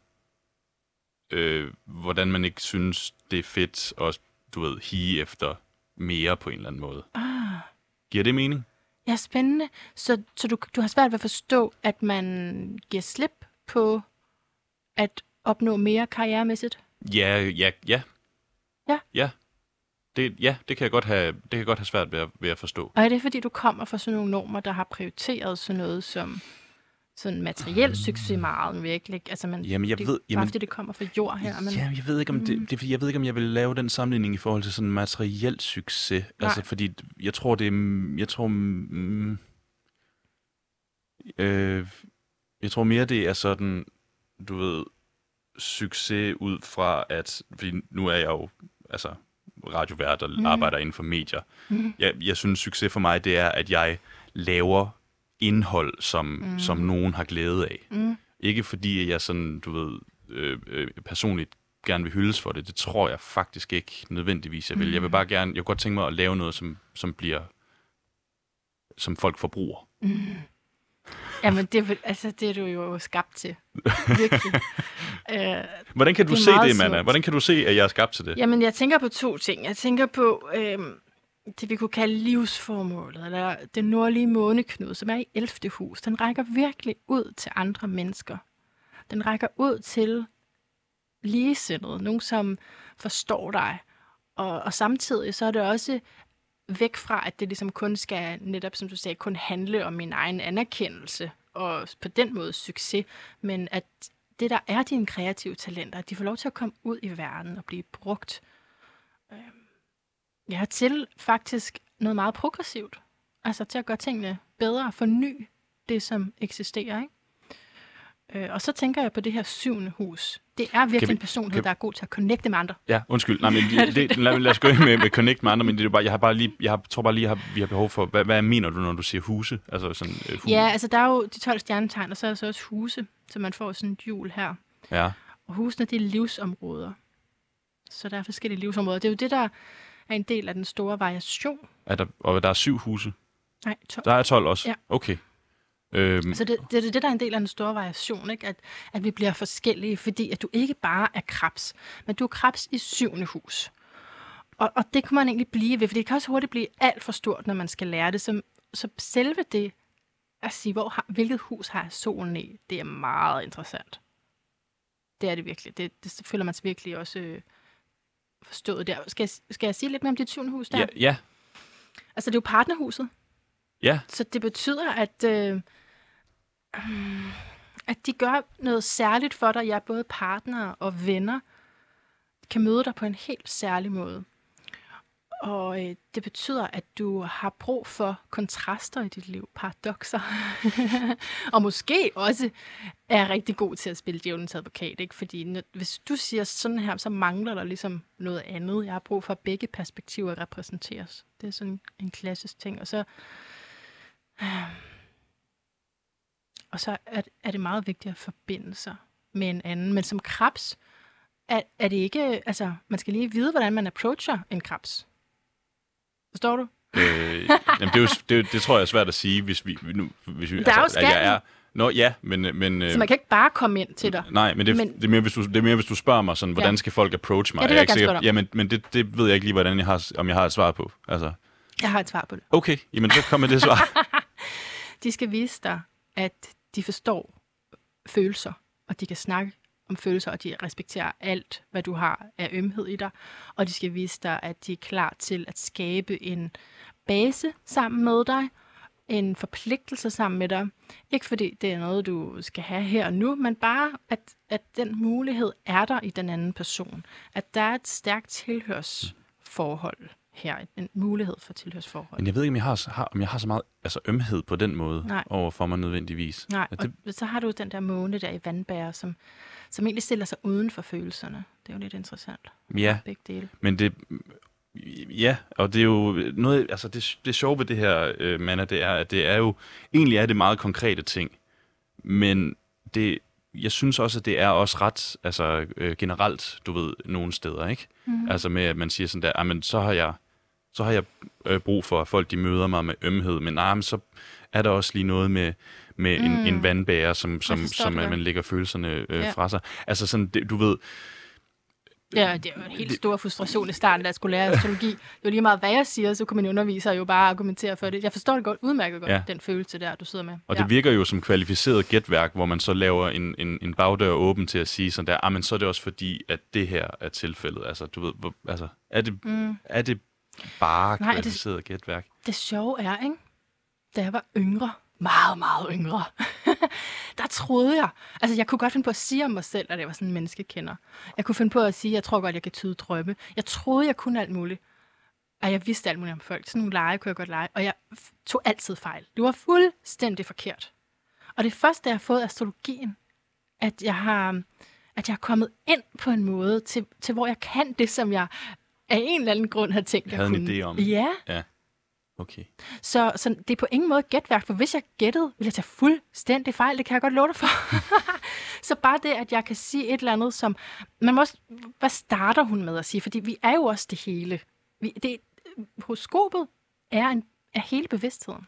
man ikke synes, det er fedt at, du ved, hige efter mere på en eller anden måde. Giver det mening? Ja, spændende. Så du har svært ved at forstå, at man giver slip på at opnå mere karrieremæssigt? Ja. Ja. Det kan jeg godt have svært ved at forstå. Og er det, fordi du kommer fra sådan nogle normer, der har prioriteret sådan noget som sådan materiel succes meget virkelig? Altså, bare fordi det kommer fra jord her. Men... Jamen, jeg ved ikke, om det er, fordi jeg ved ikke, om jeg vil lave den sammenligning i forhold til sådan materiel succes. Nej. Altså, fordi jeg tror, jeg tror mere, det er sådan, du ved, succes ud fra, at, fordi nu er jeg jo, altså, radiovært og arbejder inden for medier. Jeg synes, succes for mig, det er, at jeg laver indhold, som nogen har glæde af. Ikke fordi jeg sådan, du ved, personligt gerne vil hyldes for det. Det tror jeg faktisk ikke nødvendigvis, jeg vil. Jeg vil bare gerne, jeg kunne godt tænke mig at lave noget, som folk forbruger. Jamen, det er du jo skabt til. Virkelig. Hvordan kan du se det, Manna? Hvordan kan du se, at jeg er skabt til det? Jamen, jeg tænker på 2 ting. Jeg tænker på det, vi kunne kalde livsformålet, eller den nordlige måneknude, som er i 11. hus. Den rækker virkelig ud til andre mennesker. Den rækker ud til ligesindede, nogen, som forstår dig. Og samtidig så er det også væk fra, at det ligesom kun skal, netop som du sagde, kun handle om min egen anerkendelse, og på den måde succes, men at det, der er dine kreative talenter, at de får lov til at komme ud i verden og blive brugt. Jeg har til faktisk noget meget progressivt, altså til at gøre tingene bedre, forny det, som eksisterer, ikke? Og så tænker jeg på det her 7. hus. Det er virkelig en personlighed, der er god til at connecte med andre. Ja, undskyld. Nej, men lad os gå ind med connect med andre, men det er bare, jeg tror bare lige, vi har behov for, hvad mener du, når du siger huse? Altså sådan, huse? Ja, altså der er jo de 12 stjernetegn, og så er der så også huse, så man får sådan et hjul her. Ja. Og husene, det er livsområder. Så der er forskellige livsområder. Det er jo det, der er en del af den store variation. Og der er 7 huse? Nej, 12. Der er 12 også? Ja. Okay. Så det, der er en del af den store variation, ikke? At vi bliver forskellige, fordi at du ikke bare er krebs, men du er krebs i 7. hus. Og det kan man egentlig blive ved, for det kan også hurtigt blive alt for stort, når man skal lære det. Så selve det at sige, hvilket hus har solen i, det er meget interessant. Det er det virkelig. Det føler man sig virkelig også forstået der. Skal jeg sige lidt mere om dit 7. hus der? Ja. Altså, det er jo partnerhuset. Ja. Så det betyder, at de gør noget særligt for dig. Jeg er både partnere og venner, kan møde dig på en helt særlig måde. Og det betyder, at du har brug for kontraster i dit liv, paradokser. Og måske også er rigtig god til at spille djævelens advokat, ikke? Fordi hvis du siger sådan her, så mangler der ligesom noget andet. Jeg har brug for, at begge perspektiver repræsenteres. Det er sådan en klassisk ting. Og så er det meget vigtigt at forbinde sig med en anden. Men som krebs, er det ikke... Altså, man skal lige vide, hvordan man approacher en krebs. Forstår du? Jamen, det tror jeg er svært at sige, hvis vi der er jo skallen. Nå, ja, men... Så man kan ikke bare komme ind til dig. Nej, men det er mere, hvis du spørger mig sådan, hvordan skal folk approach mig? Ja, det vil jeg gerne spørge dig. Men det ved jeg ikke lige, hvordan om jeg har et svar på. Altså. Jeg har et svar på det. Okay, jamen så kom med det svar. De skal vise dig, at de forstår følelser, og de kan snakke om følelser, og de respekterer alt, hvad du har af ømhed i dig. Og de skal vise dig, at de er klar til at skabe en base sammen med dig, en forpligtelse sammen med dig. Ikke fordi det er noget, du skal have her og nu, men bare, at den mulighed er der i den anden person. At der er et stærkt tilhørsforhold her, en mulighed for tilhørsforhold. Men jeg ved ikke, om jeg har så meget ømhed på den måde over for mig nødvendigvis. Nej, og så har du den der måne der i vandbærer, som egentlig stiller sig uden for følelserne. Det er jo lidt interessant. Ja, begge dele. Men det... Ja, og det er jo noget, altså det sjove ved det her, Manna, det er, at det er jo, egentlig er det meget konkrete ting, men jeg synes også, at det er også ret, altså generelt, du ved, nogle steder, ikke? Mm-hmm. Altså med, at man siger sådan der, men så har jeg brug for, at folk de møder mig med ømhed, men så er der også lige noget med en vandbærer, som man lægger følelserne fra sig. Altså sådan, du ved, Ja, det er jo en helt stor frustration i starten, da jeg skulle lære astrologi. Det var lige meget, hvad jeg siger, så kunne min underviser jo bare argumentere for det. Jeg forstår det godt, udmærket godt, den følelse der, du sidder med. Og det virker jo som kvalificeret gætværk, hvor man så laver en bagdør åben til at sige sådan der, men så er det også fordi, at det her er tilfældet. Altså, du ved, er det bare kvalificeret gætværk? Det sjove er, ikke? Da jeg var yngre, meget, meget yngre, der troede jeg, altså jeg kunne godt finde på at sige om mig selv, at jeg var sådan en menneskekender. Jeg kunne finde på at sige, at jeg tror godt, jeg kan tyde drømme. Jeg troede, jeg kunne alt muligt. Og jeg vidste alt muligt om folk. Sådan nogle lege kunne jeg godt lege. Og jeg tog altid fejl. Det var fuldstændig forkert. Og det er først, da jeg har fået astrologien, at jeg har kommet ind på en måde, til hvor jeg kan det, som jeg af en eller anden grund havde tænkt, jeg kunne. Havde en idé om. Ja. Okay. Så det er på ingen måde gætværk, for hvis jeg gættede, ville jeg tage fuldstændig fejl. Det kan jeg godt love dig for. Så bare det, at jeg kan sige et eller andet, som... Man må også, hvad starter hun med at sige? Fordi vi er jo også det hele. Horoskopet er hele bevidstheden.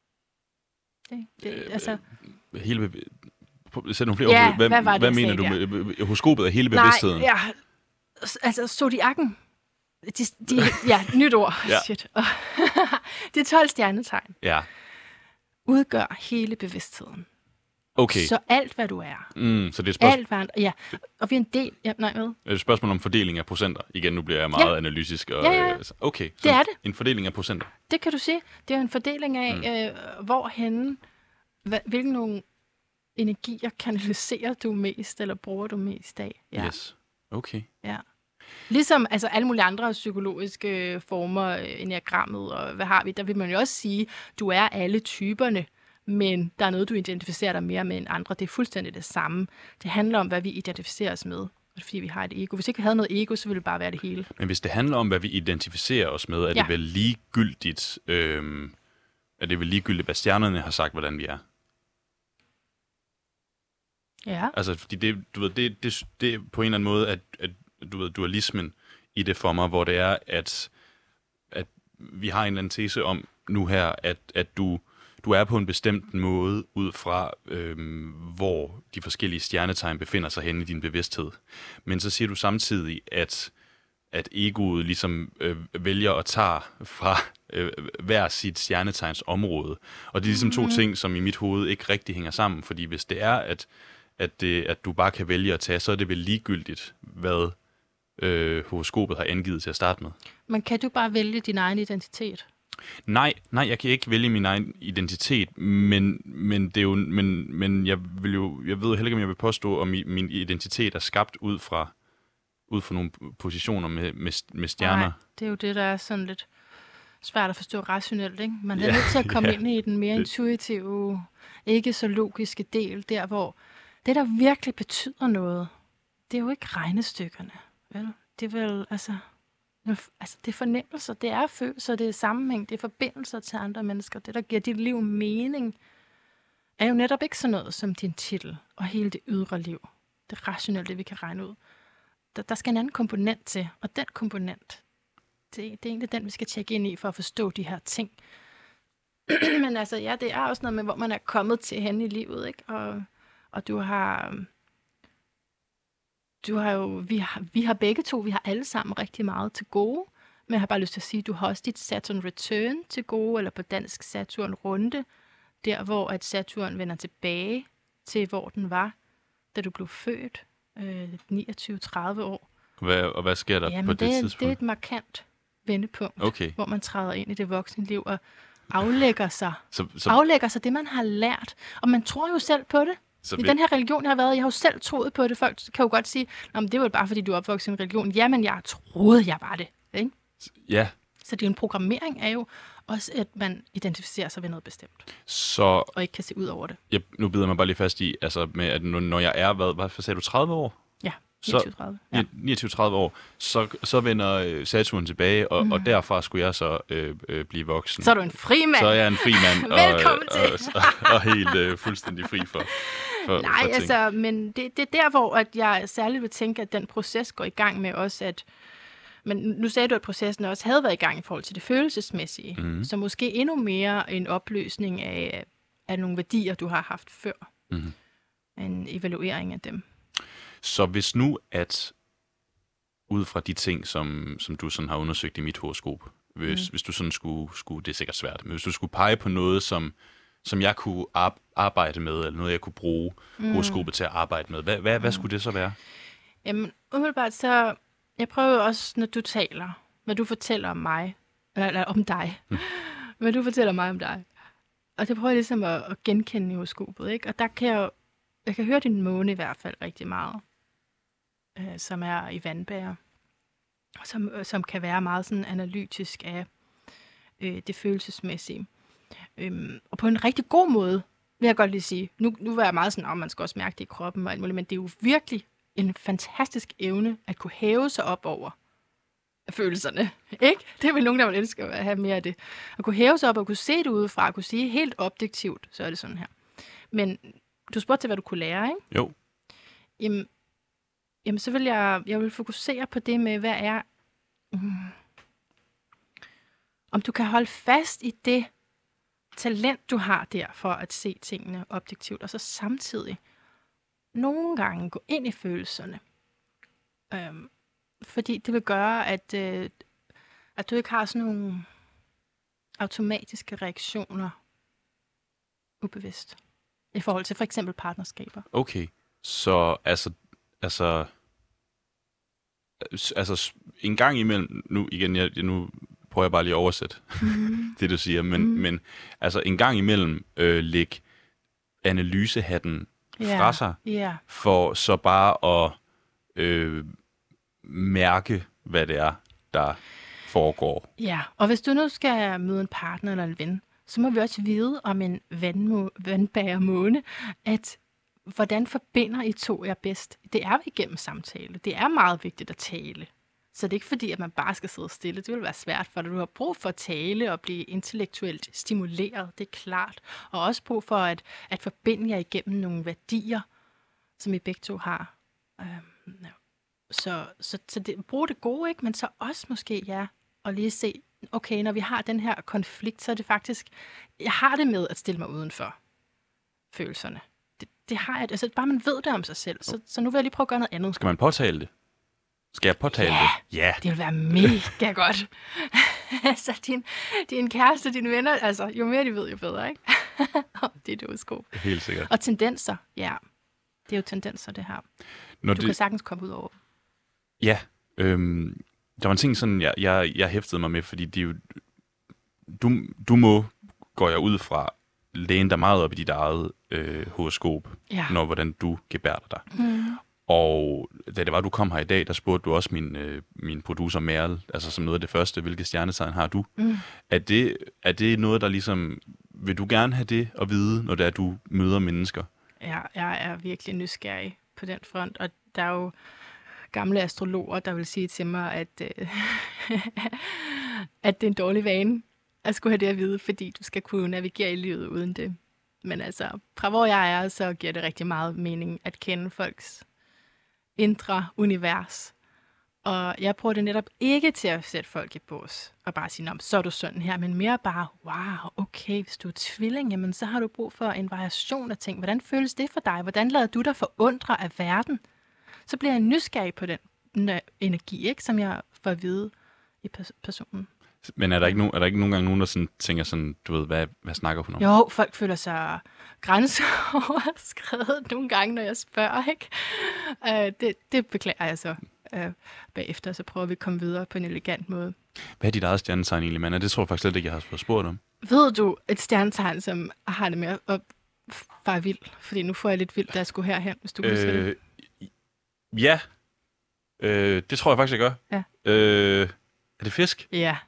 Altså... Sæt nogle flere ord. Hvad mener du med horoskopet er hele bevidstheden? Nej, altså zodiakken. Nyt ord. Ja. Shit. Det er 12 stjernetegn. Ja. Udgør hele bevidstheden. Okay. Så alt, hvad du er. Så det er et spørgsmål... Og vi er en del... Ja, nej, hvad? Det er et spørgsmål om fordeling af procenter. Igen, nu bliver jeg meget analytisk. Og, okay. Det er det. En fordeling af procenter. Det kan du sige. Det er jo en fordeling af, hvorhenne... Hvilke nogle energier kanaliserer du mest, eller bruger du mest af? Ja. Yes. Okay. Ja. Ligesom altså alle mulige andre psykologiske former, enneagrammet og hvad har vi, der vil man jo også sige, du er alle typerne, men der er noget, du identificerer dig mere med end andre. Det er fuldstændig det samme. Det handler om, hvad vi identificerer os med, fordi vi har et ego. Hvis ikke vi havde noget ego, så ville det bare være det hele. Men hvis det handler om, hvad vi identificerer os med, er det vel ligegyldigt, hvad stjernerne har sagt, hvordan vi er? Ja. Altså, fordi det er på en eller anden måde, at du ved, dualismen i det for mig, hvor det er, at vi har en eller anden tese om nu her, at du er på en bestemt måde ud fra, hvor de forskellige stjernetegn befinder sig henne i din bevidsthed. Men så siger du samtidig, at egoet ligesom vælger at tage fra hver sit stjernetegns område. Og det er ligesom to ting, som i mit hoved ikke rigtig hænger sammen, fordi hvis det er, at du bare kan vælge at tage, så er det vel ligegyldigt, hvad horoskopet har angivet til at starte med. Men kan du bare vælge din egen identitet? Nej, jeg kan ikke vælge min egen identitet, men det er jo, men jeg ved heller ikke, om jeg vil påstå, at min identitet er skabt ud fra nogle positioner med stjerner. Nej, det er jo det, der er sådan lidt svært at forstå rationelt, ikke? Man er nødt til at komme ind i den mere intuitive, ikke så logiske del, der hvor det, der virkelig betyder noget, det er jo ikke regnestykkerne, vel? Det er vel, altså det er fornemmelser, det er følelser, det er sammenhæng, det er forbindelser til andre mennesker. Det, der giver dit liv mening, er jo netop ikke sådan noget som din titel og hele det ydre liv. Det rationelle, det vi kan regne ud. Der skal en anden komponent til, og den komponent, det er egentlig den, vi skal tjekke ind i for at forstå de her ting. Men altså, ja, det er også noget med, hvor man er kommet til hen i livet, ikke? Og du har jo, vi har begge to, vi har alle sammen rigtig meget til gode, men jeg har bare lyst til at sige, at du har også dit Saturn Return til gode, eller på dansk Saturn Runde, der hvor at Saturn vender tilbage til, hvor den var, da du blev født, 29-30 år. Og hvad sker der på det tidspunkt? Det er et markant vendepunkt, hvor man træder ind i det voksne liv og aflægger sig det, man har lært. Og man tror jo selv på det. I den her religion, jeg har været, jeg har jo selv troet på det. Folk kan jo godt sige, det er jo bare, fordi du er opvokset i en religion. Jamen, jeg troede, jeg var det. Ikke? Ja. Så det er en programmering er jo også, at man identificerer sig ved noget bestemt. Og ikke kan se ud over det. Nu bider man bare lige fast i, altså med, at når jeg er, hvad sagde du, 30 år? Ja, 29-30. 29-30 år, så vender Saturn tilbage, og derfra skulle jeg så blive voksen. Så er du en fri mand. Så er jeg en fri mand. Velkommen til. og helt fuldstændig fri for nej, for altså, men det er der, hvor at jeg særligt vil tænke, at den proces går i gang med også, at men nu sagde du, at processen også havde været i gang i forhold til det følelsesmæssige, så måske endnu mere en opløsning af nogle værdier, du har haft før. En evaluering af dem. Så hvis nu, at ud fra de ting, som du sådan har undersøgt i mit horoskop, hvis du sådan skulle, det er sikkert svært, men hvis du skulle pege på noget, som jeg kunne arbejde med, eller noget, jeg kunne bruge horoskopet til at arbejde med, hvad skulle det så være? Jamen, umiddelbart så, jeg prøver også, når du taler, hvad du fortæller om mig, eller om dig, hvad du fortæller mig om dig. Og det prøver jeg ligesom at genkende i horoskopet, ikke? Og der kan jeg kan høre din måne i hvert fald rigtig meget, som er i vandbærer, som kan være meget sådan analytisk af det følelsesmæssige. Og på en rigtig god måde, vil jeg godt lige sige. Nu var jeg meget sådan, at man skal også mærke det i kroppen og alt muligt, men det er jo virkelig en fantastisk evne at kunne hæve sig op over følelserne, ikke? Det er vel nogen, der vil elske at have mere af det. At kunne hæve sig op og kunne se det udefra, at kunne sige helt objektivt, så er det sådan her. Men du spurgte til, hvad du kunne lære, ikke? Jo. Jamen så vil jeg vil fokusere på det med, hvad er... om du kan holde fast i det talent, du har der, for at se tingene objektivt, og så samtidig nogle gange gå ind i følelserne. Fordi det vil gøre, at du ikke har sådan nogle automatiske reaktioner ubevidst i forhold til for eksempel partnerskaber. Okay, så altså en gang imellem, nu prøver jeg bare lige at oversætte det, du siger, men altså en gang imellem læg analysehatten fra sig, for så bare at mærke, hvad det er, der foregår. Ja, og hvis du nu skal møde en partner eller en ven, så må vi også vide om en vandbærer-måne, at hvordan forbinder I to jer bedst? Det er vi igennem samtale. Det er meget vigtigt at tale. Så det er ikke fordi, at man bare skal sidde stille. Det vil være svært for dig. Du har brug for at tale og blive intellektuelt stimuleret, det er klart. Og også brug for at forbinde jer igennem nogle værdier, som I begge to har. Så brug det gode, ikke? Men så også måske, og lige se, okay, når vi har den her konflikt, så er det faktisk, jeg har det med at stille mig uden for følelserne. Det har jeg, altså bare man ved det om sig selv. Så nu vil jeg lige prøve at gøre noget andet. Skal man påtale det? Skal jeg påtale det? Ja, det vil være mega godt. Altså din kæreste, dine venner, altså jo mere de ved, jo bedre, ikke? Det er horoskop. Helt sikkert. Og tendenser, det er jo tendenser, det her. Du kan sagtens komme ud over. Ja, der var en ting, sådan, jeg hæftede mig med, fordi det er jo, du må, går jeg ud fra, læne dig meget op i dit eget horoskop, hvordan du gebærder dig. Og da det var, du kom her i dag, der spurgte du også min producer Merle, altså som noget af det første, hvilke stjernetegn har du? Er det noget, der ligesom, vil du gerne have det at vide, når det er, du møder mennesker? Ja, jeg er virkelig nysgerrig på den front, og der er jo gamle astrologer, der vil sige til mig, at det er en dårlig vane at skulle have det at vide, fordi du skal kunne navigere i livet uden det. Men altså, fra hvor jeg er, så giver det rigtig meget mening at kende folks indre univers. Og jeg prøver det netop ikke til at sætte folk i bås og bare sige, så er du sådan her, men mere bare, wow, okay, hvis du er tvilling, jamen så har du brug for en variation af ting. Hvordan føles det for dig? Hvordan lader du dig forundre af verden? Så bliver jeg nysgerrig på den energi, ikke, som jeg får at vide i personen. Men er der ikke nogen gange nogen, der sådan tænker sådan, du ved, hvad snakker hun om? Jo, folk føler sig grænseoverskredet nogle gange, når jeg spørger, ikke? Det beklager jeg så bagefter, så prøver vi at komme videre på en elegant måde. Hvad er dit eget stjernetegn egentlig, Manna? Det tror jeg faktisk slet ikke, jeg har fået spurgt om. Ved du et stjernetegn, som har det med at fare vild? Fordi nu får jeg lidt vildt, da jeg skulle herhen, hvis du husker det. Ja, det tror jeg faktisk, jeg gør. Ja. Er det fisk? Ja.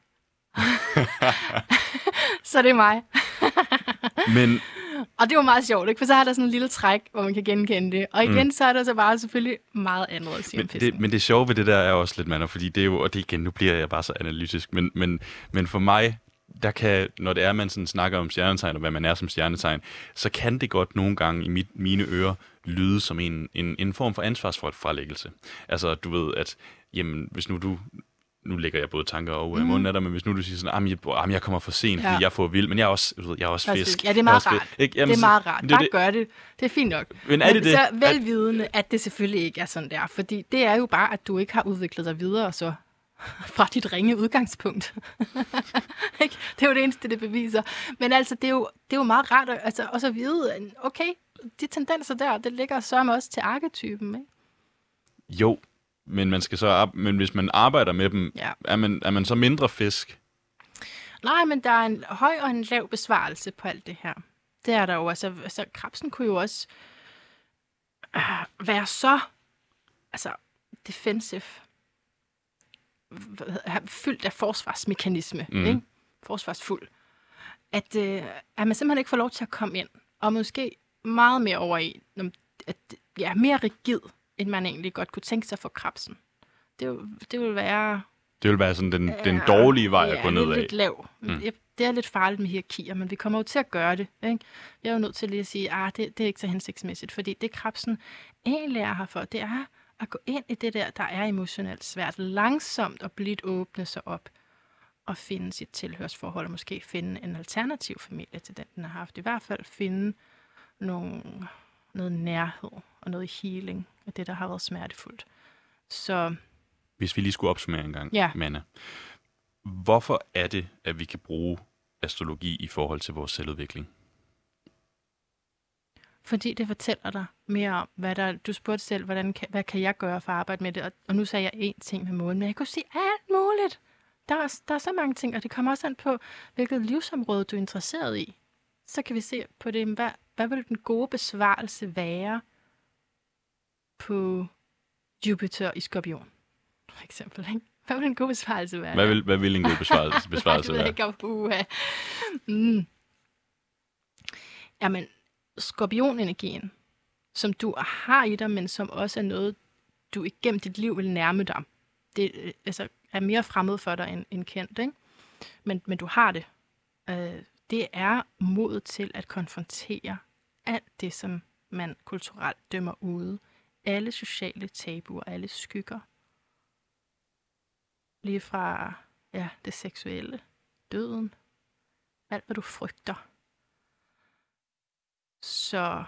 Så det er mig. Men... Og det var meget sjovt, ikke? For så er der sådan en lille træk, hvor man kan genkende det. Og igen, så er der så bare selvfølgelig meget andet at sige om fisken. Men det sjove ved det der er også lidt, Manna, fordi det er jo, og det igen, nu bliver jeg bare så analytisk, men for mig, der kan, når det er, man sådan snakker om stjernetegn, og hvad man er som stjernetegn, så kan det godt nogle gange i mine ører lyde som en form for ansvarsfralæggelse. Altså, du ved, at jamen, hvis nu du nu lægger jeg både tanker og munden af dig, men hvis nu du siger sådan, jeg kommer for sent, fordi jeg får vild, men jeg er også fisk. Ja, det er meget rart. Det er meget rart. Bare gør det. Det er fint nok. Men er det så velvidende, at det selvfølgelig ikke er sådan der, fordi det er jo bare, at du ikke har udviklet dig videre så fra dit ringe udgangspunkt. Det er jo det eneste, det beviser. Men altså, det er jo meget rart altså, også at vide, okay, de tendenser der, det ligger sørme også til arketypen, ikke? Jo, men men hvis man arbejder med dem, er man så mindre fisk? Nej, men der er en høj og en lav besvarelse på alt det her. Det er der jo. Altså krebsen kunne jo også være så defensive, fyldt af forsvarsmekanisme, ikke? Forsvarsfuld. At man simpelthen ikke får lov til at komme ind, og måske meget mere over i, mere rigid, end man egentlig godt kunne tænke sig for krebsen. Det vil være... Det vil være sådan den dårlige vej at gå nedad. Lidt lav. Det er lidt farligt med hierarkier, men vi kommer jo til at gøre det. Ikke? Jeg er jo nødt til lige at sige, det er ikke så hensigtsmæssigt, fordi det krebsen egentlig er her for, det er at gå ind i det der er emotionelt svært, langsomt og blidt åbne sig op og finde sit tilhørsforhold, og måske finde en alternativ familie til den har haft. I hvert fald finde noget nærhed og noget healing af det, der har været smertefuldt. Så... Hvis vi lige skulle opsummere en gang, Manna. Hvorfor er det, at vi kan bruge astrologi i forhold til vores selvudvikling? Fordi det fortæller dig mere om, du spurgte selv, hvad kan jeg gøre for at arbejde med det? Og nu sagde jeg én ting med månen, men jeg kunne sige alt muligt. Der er så mange ting, og det kommer også an på, hvilket livsområde du er interesseret i. Så kan vi se på det, hvad vil den gode besvarelse være på Jupiter i Skorpion, for eksempel, ikke? Hvad vil en god besvarelse være? Hvad vil en god besvarelse være? Jamen, skorpionenergien, som du har i dig, men som også er noget, du igennem dit liv vil nærme dig. Det er mere fremmed for dig end kendt, ikke? Men du har det. Det er modet til at konfrontere alt det, som man kulturelt dømmer ude. Alle sociale tabuer, alle skygger. Lige fra det seksuelle, døden, alt hvad du frygter. Så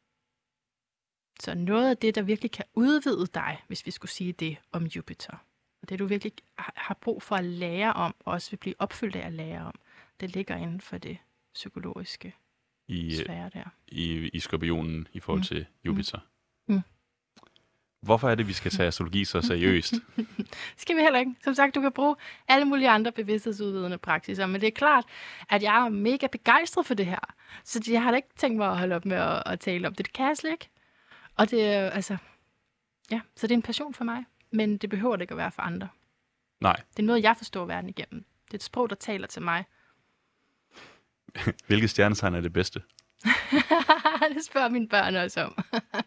noget af det, der virkelig kan udvide dig, hvis vi skulle sige det om Jupiter, og det du virkelig har brug for at lære om, og også vil blive opfyldt af at lære om, det ligger inden for det psykologiske sfære der. I skorpionen i forhold til Jupiter. Hvorfor er det, vi skal tage astrologi så seriøst? Skal vi heller ikke. Som sagt, du kan bruge alle mulige andre bevidsthedsudvidende praksiser, men det er klart, at jeg er mega begejstret for det her. Så jeg har da ikke tænkt mig at holde op med at tale om det. Det kan jeg slet ikke. Og det er så det er en passion for mig, men det behøver det ikke at være for andre. Nej. Det er noget, jeg forstår verden igennem. Det er et sprog, der taler til mig. Hvilke stjernetegn er det bedste? Det spørger mine børn også om.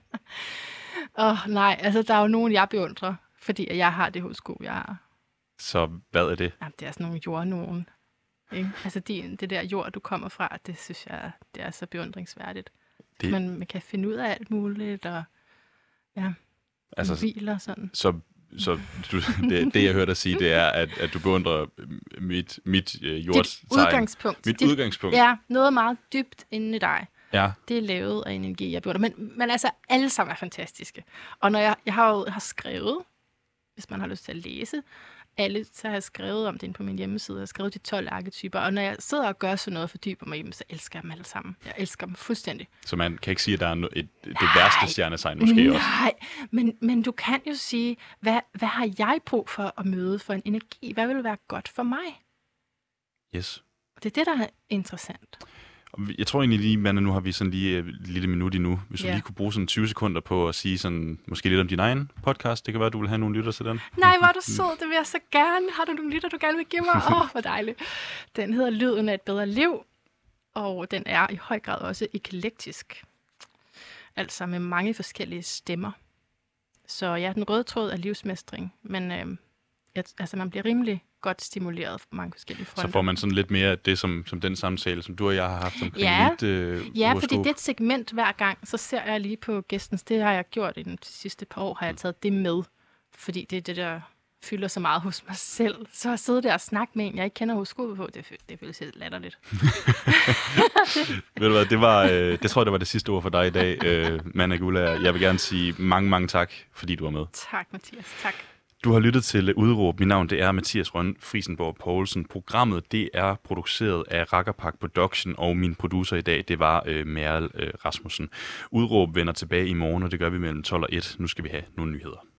Nej, altså der er jo nogen, jeg beundrer, fordi jeg har det horoskop, jeg har. Så hvad er det? Jamen, det er sådan nogle jordnogen. Ikke? Altså det der jord, du kommer fra, det synes jeg, det er så beundringsværdigt. Man kan finde ud af alt muligt, og mobiler og sådan. Så det, jeg hørte dig sige, det er, at du beundrer mit jordtegn. Udgangspunkt. Udgangspunkt. Ja, noget meget dybt inde i dig. Ja. Det er lavet af energi, jeg beundrer. Men altså, alle sammen er fantastiske. Og når jeg har skrevet, hvis man har lyst til at læse, så har jeg skrevet om det på min hjemmeside. Jeg har skrevet de 12 arketyper. Og når jeg sidder og gør sådan noget og fordyber mig i dem, så elsker jeg dem alle sammen. Jeg elsker dem fuldstændig. Så man kan ikke sige, at der er det værste stjernetegn måske også? Nej, men du kan jo sige, hvad har jeg brug for at møde for en energi? Hvad vil være godt for mig? Yes. Det er det, der er interessant. Jeg tror egentlig lige, Manna, nu har vi sådan lige et lille minut endnu. Hvis du lige kunne bruge sådan 20 sekunder på at sige sådan, måske lidt om din egen podcast. Det kan være, at du vil have nogle lytter til den. Nej, hvor er du sød. Det vil jeg så gerne. Har du nogle lytter, du gerne vil give mig? Hvor dejligt. Den hedder Lyden af et bedre liv. Og den er i høj grad også eklektisk. Altså med mange forskellige stemmer. Så ja, den røde tråd er livsmestring. Men man bliver rimelig godt stimuleret på mange forskellige fronter. Så får man sådan lidt mere af det, som den samtale, som du og jeg har haft omkring mit horoskop. Fordi det er et segment hver gang, så ser jeg lige på gæstens. Det har jeg gjort i de sidste par år, har jeg taget det med. Fordi det er det der fylder så meget hos mig selv. Så at sidde der og snakke med en, jeg ikke kender horoskopet på, det føles helt latterligt. Ved du hvad, det tror jeg, det var det sidste ord for dig i dag, Manna Guldager. Jeg vil gerne sige mange, mange tak, fordi du var med. Tak, Mathias. Tak. Du har lyttet til Udråb. Mit navn det er Mathias Rønn Friesenborg Poulsen. Programmet det er produceret af Rakkerpak Production, og min producer i dag det var Merle Rasmussen. Udråb vender tilbage i morgen, og det gør vi mellem 12 og 1. Nu skal vi have nogle nyheder.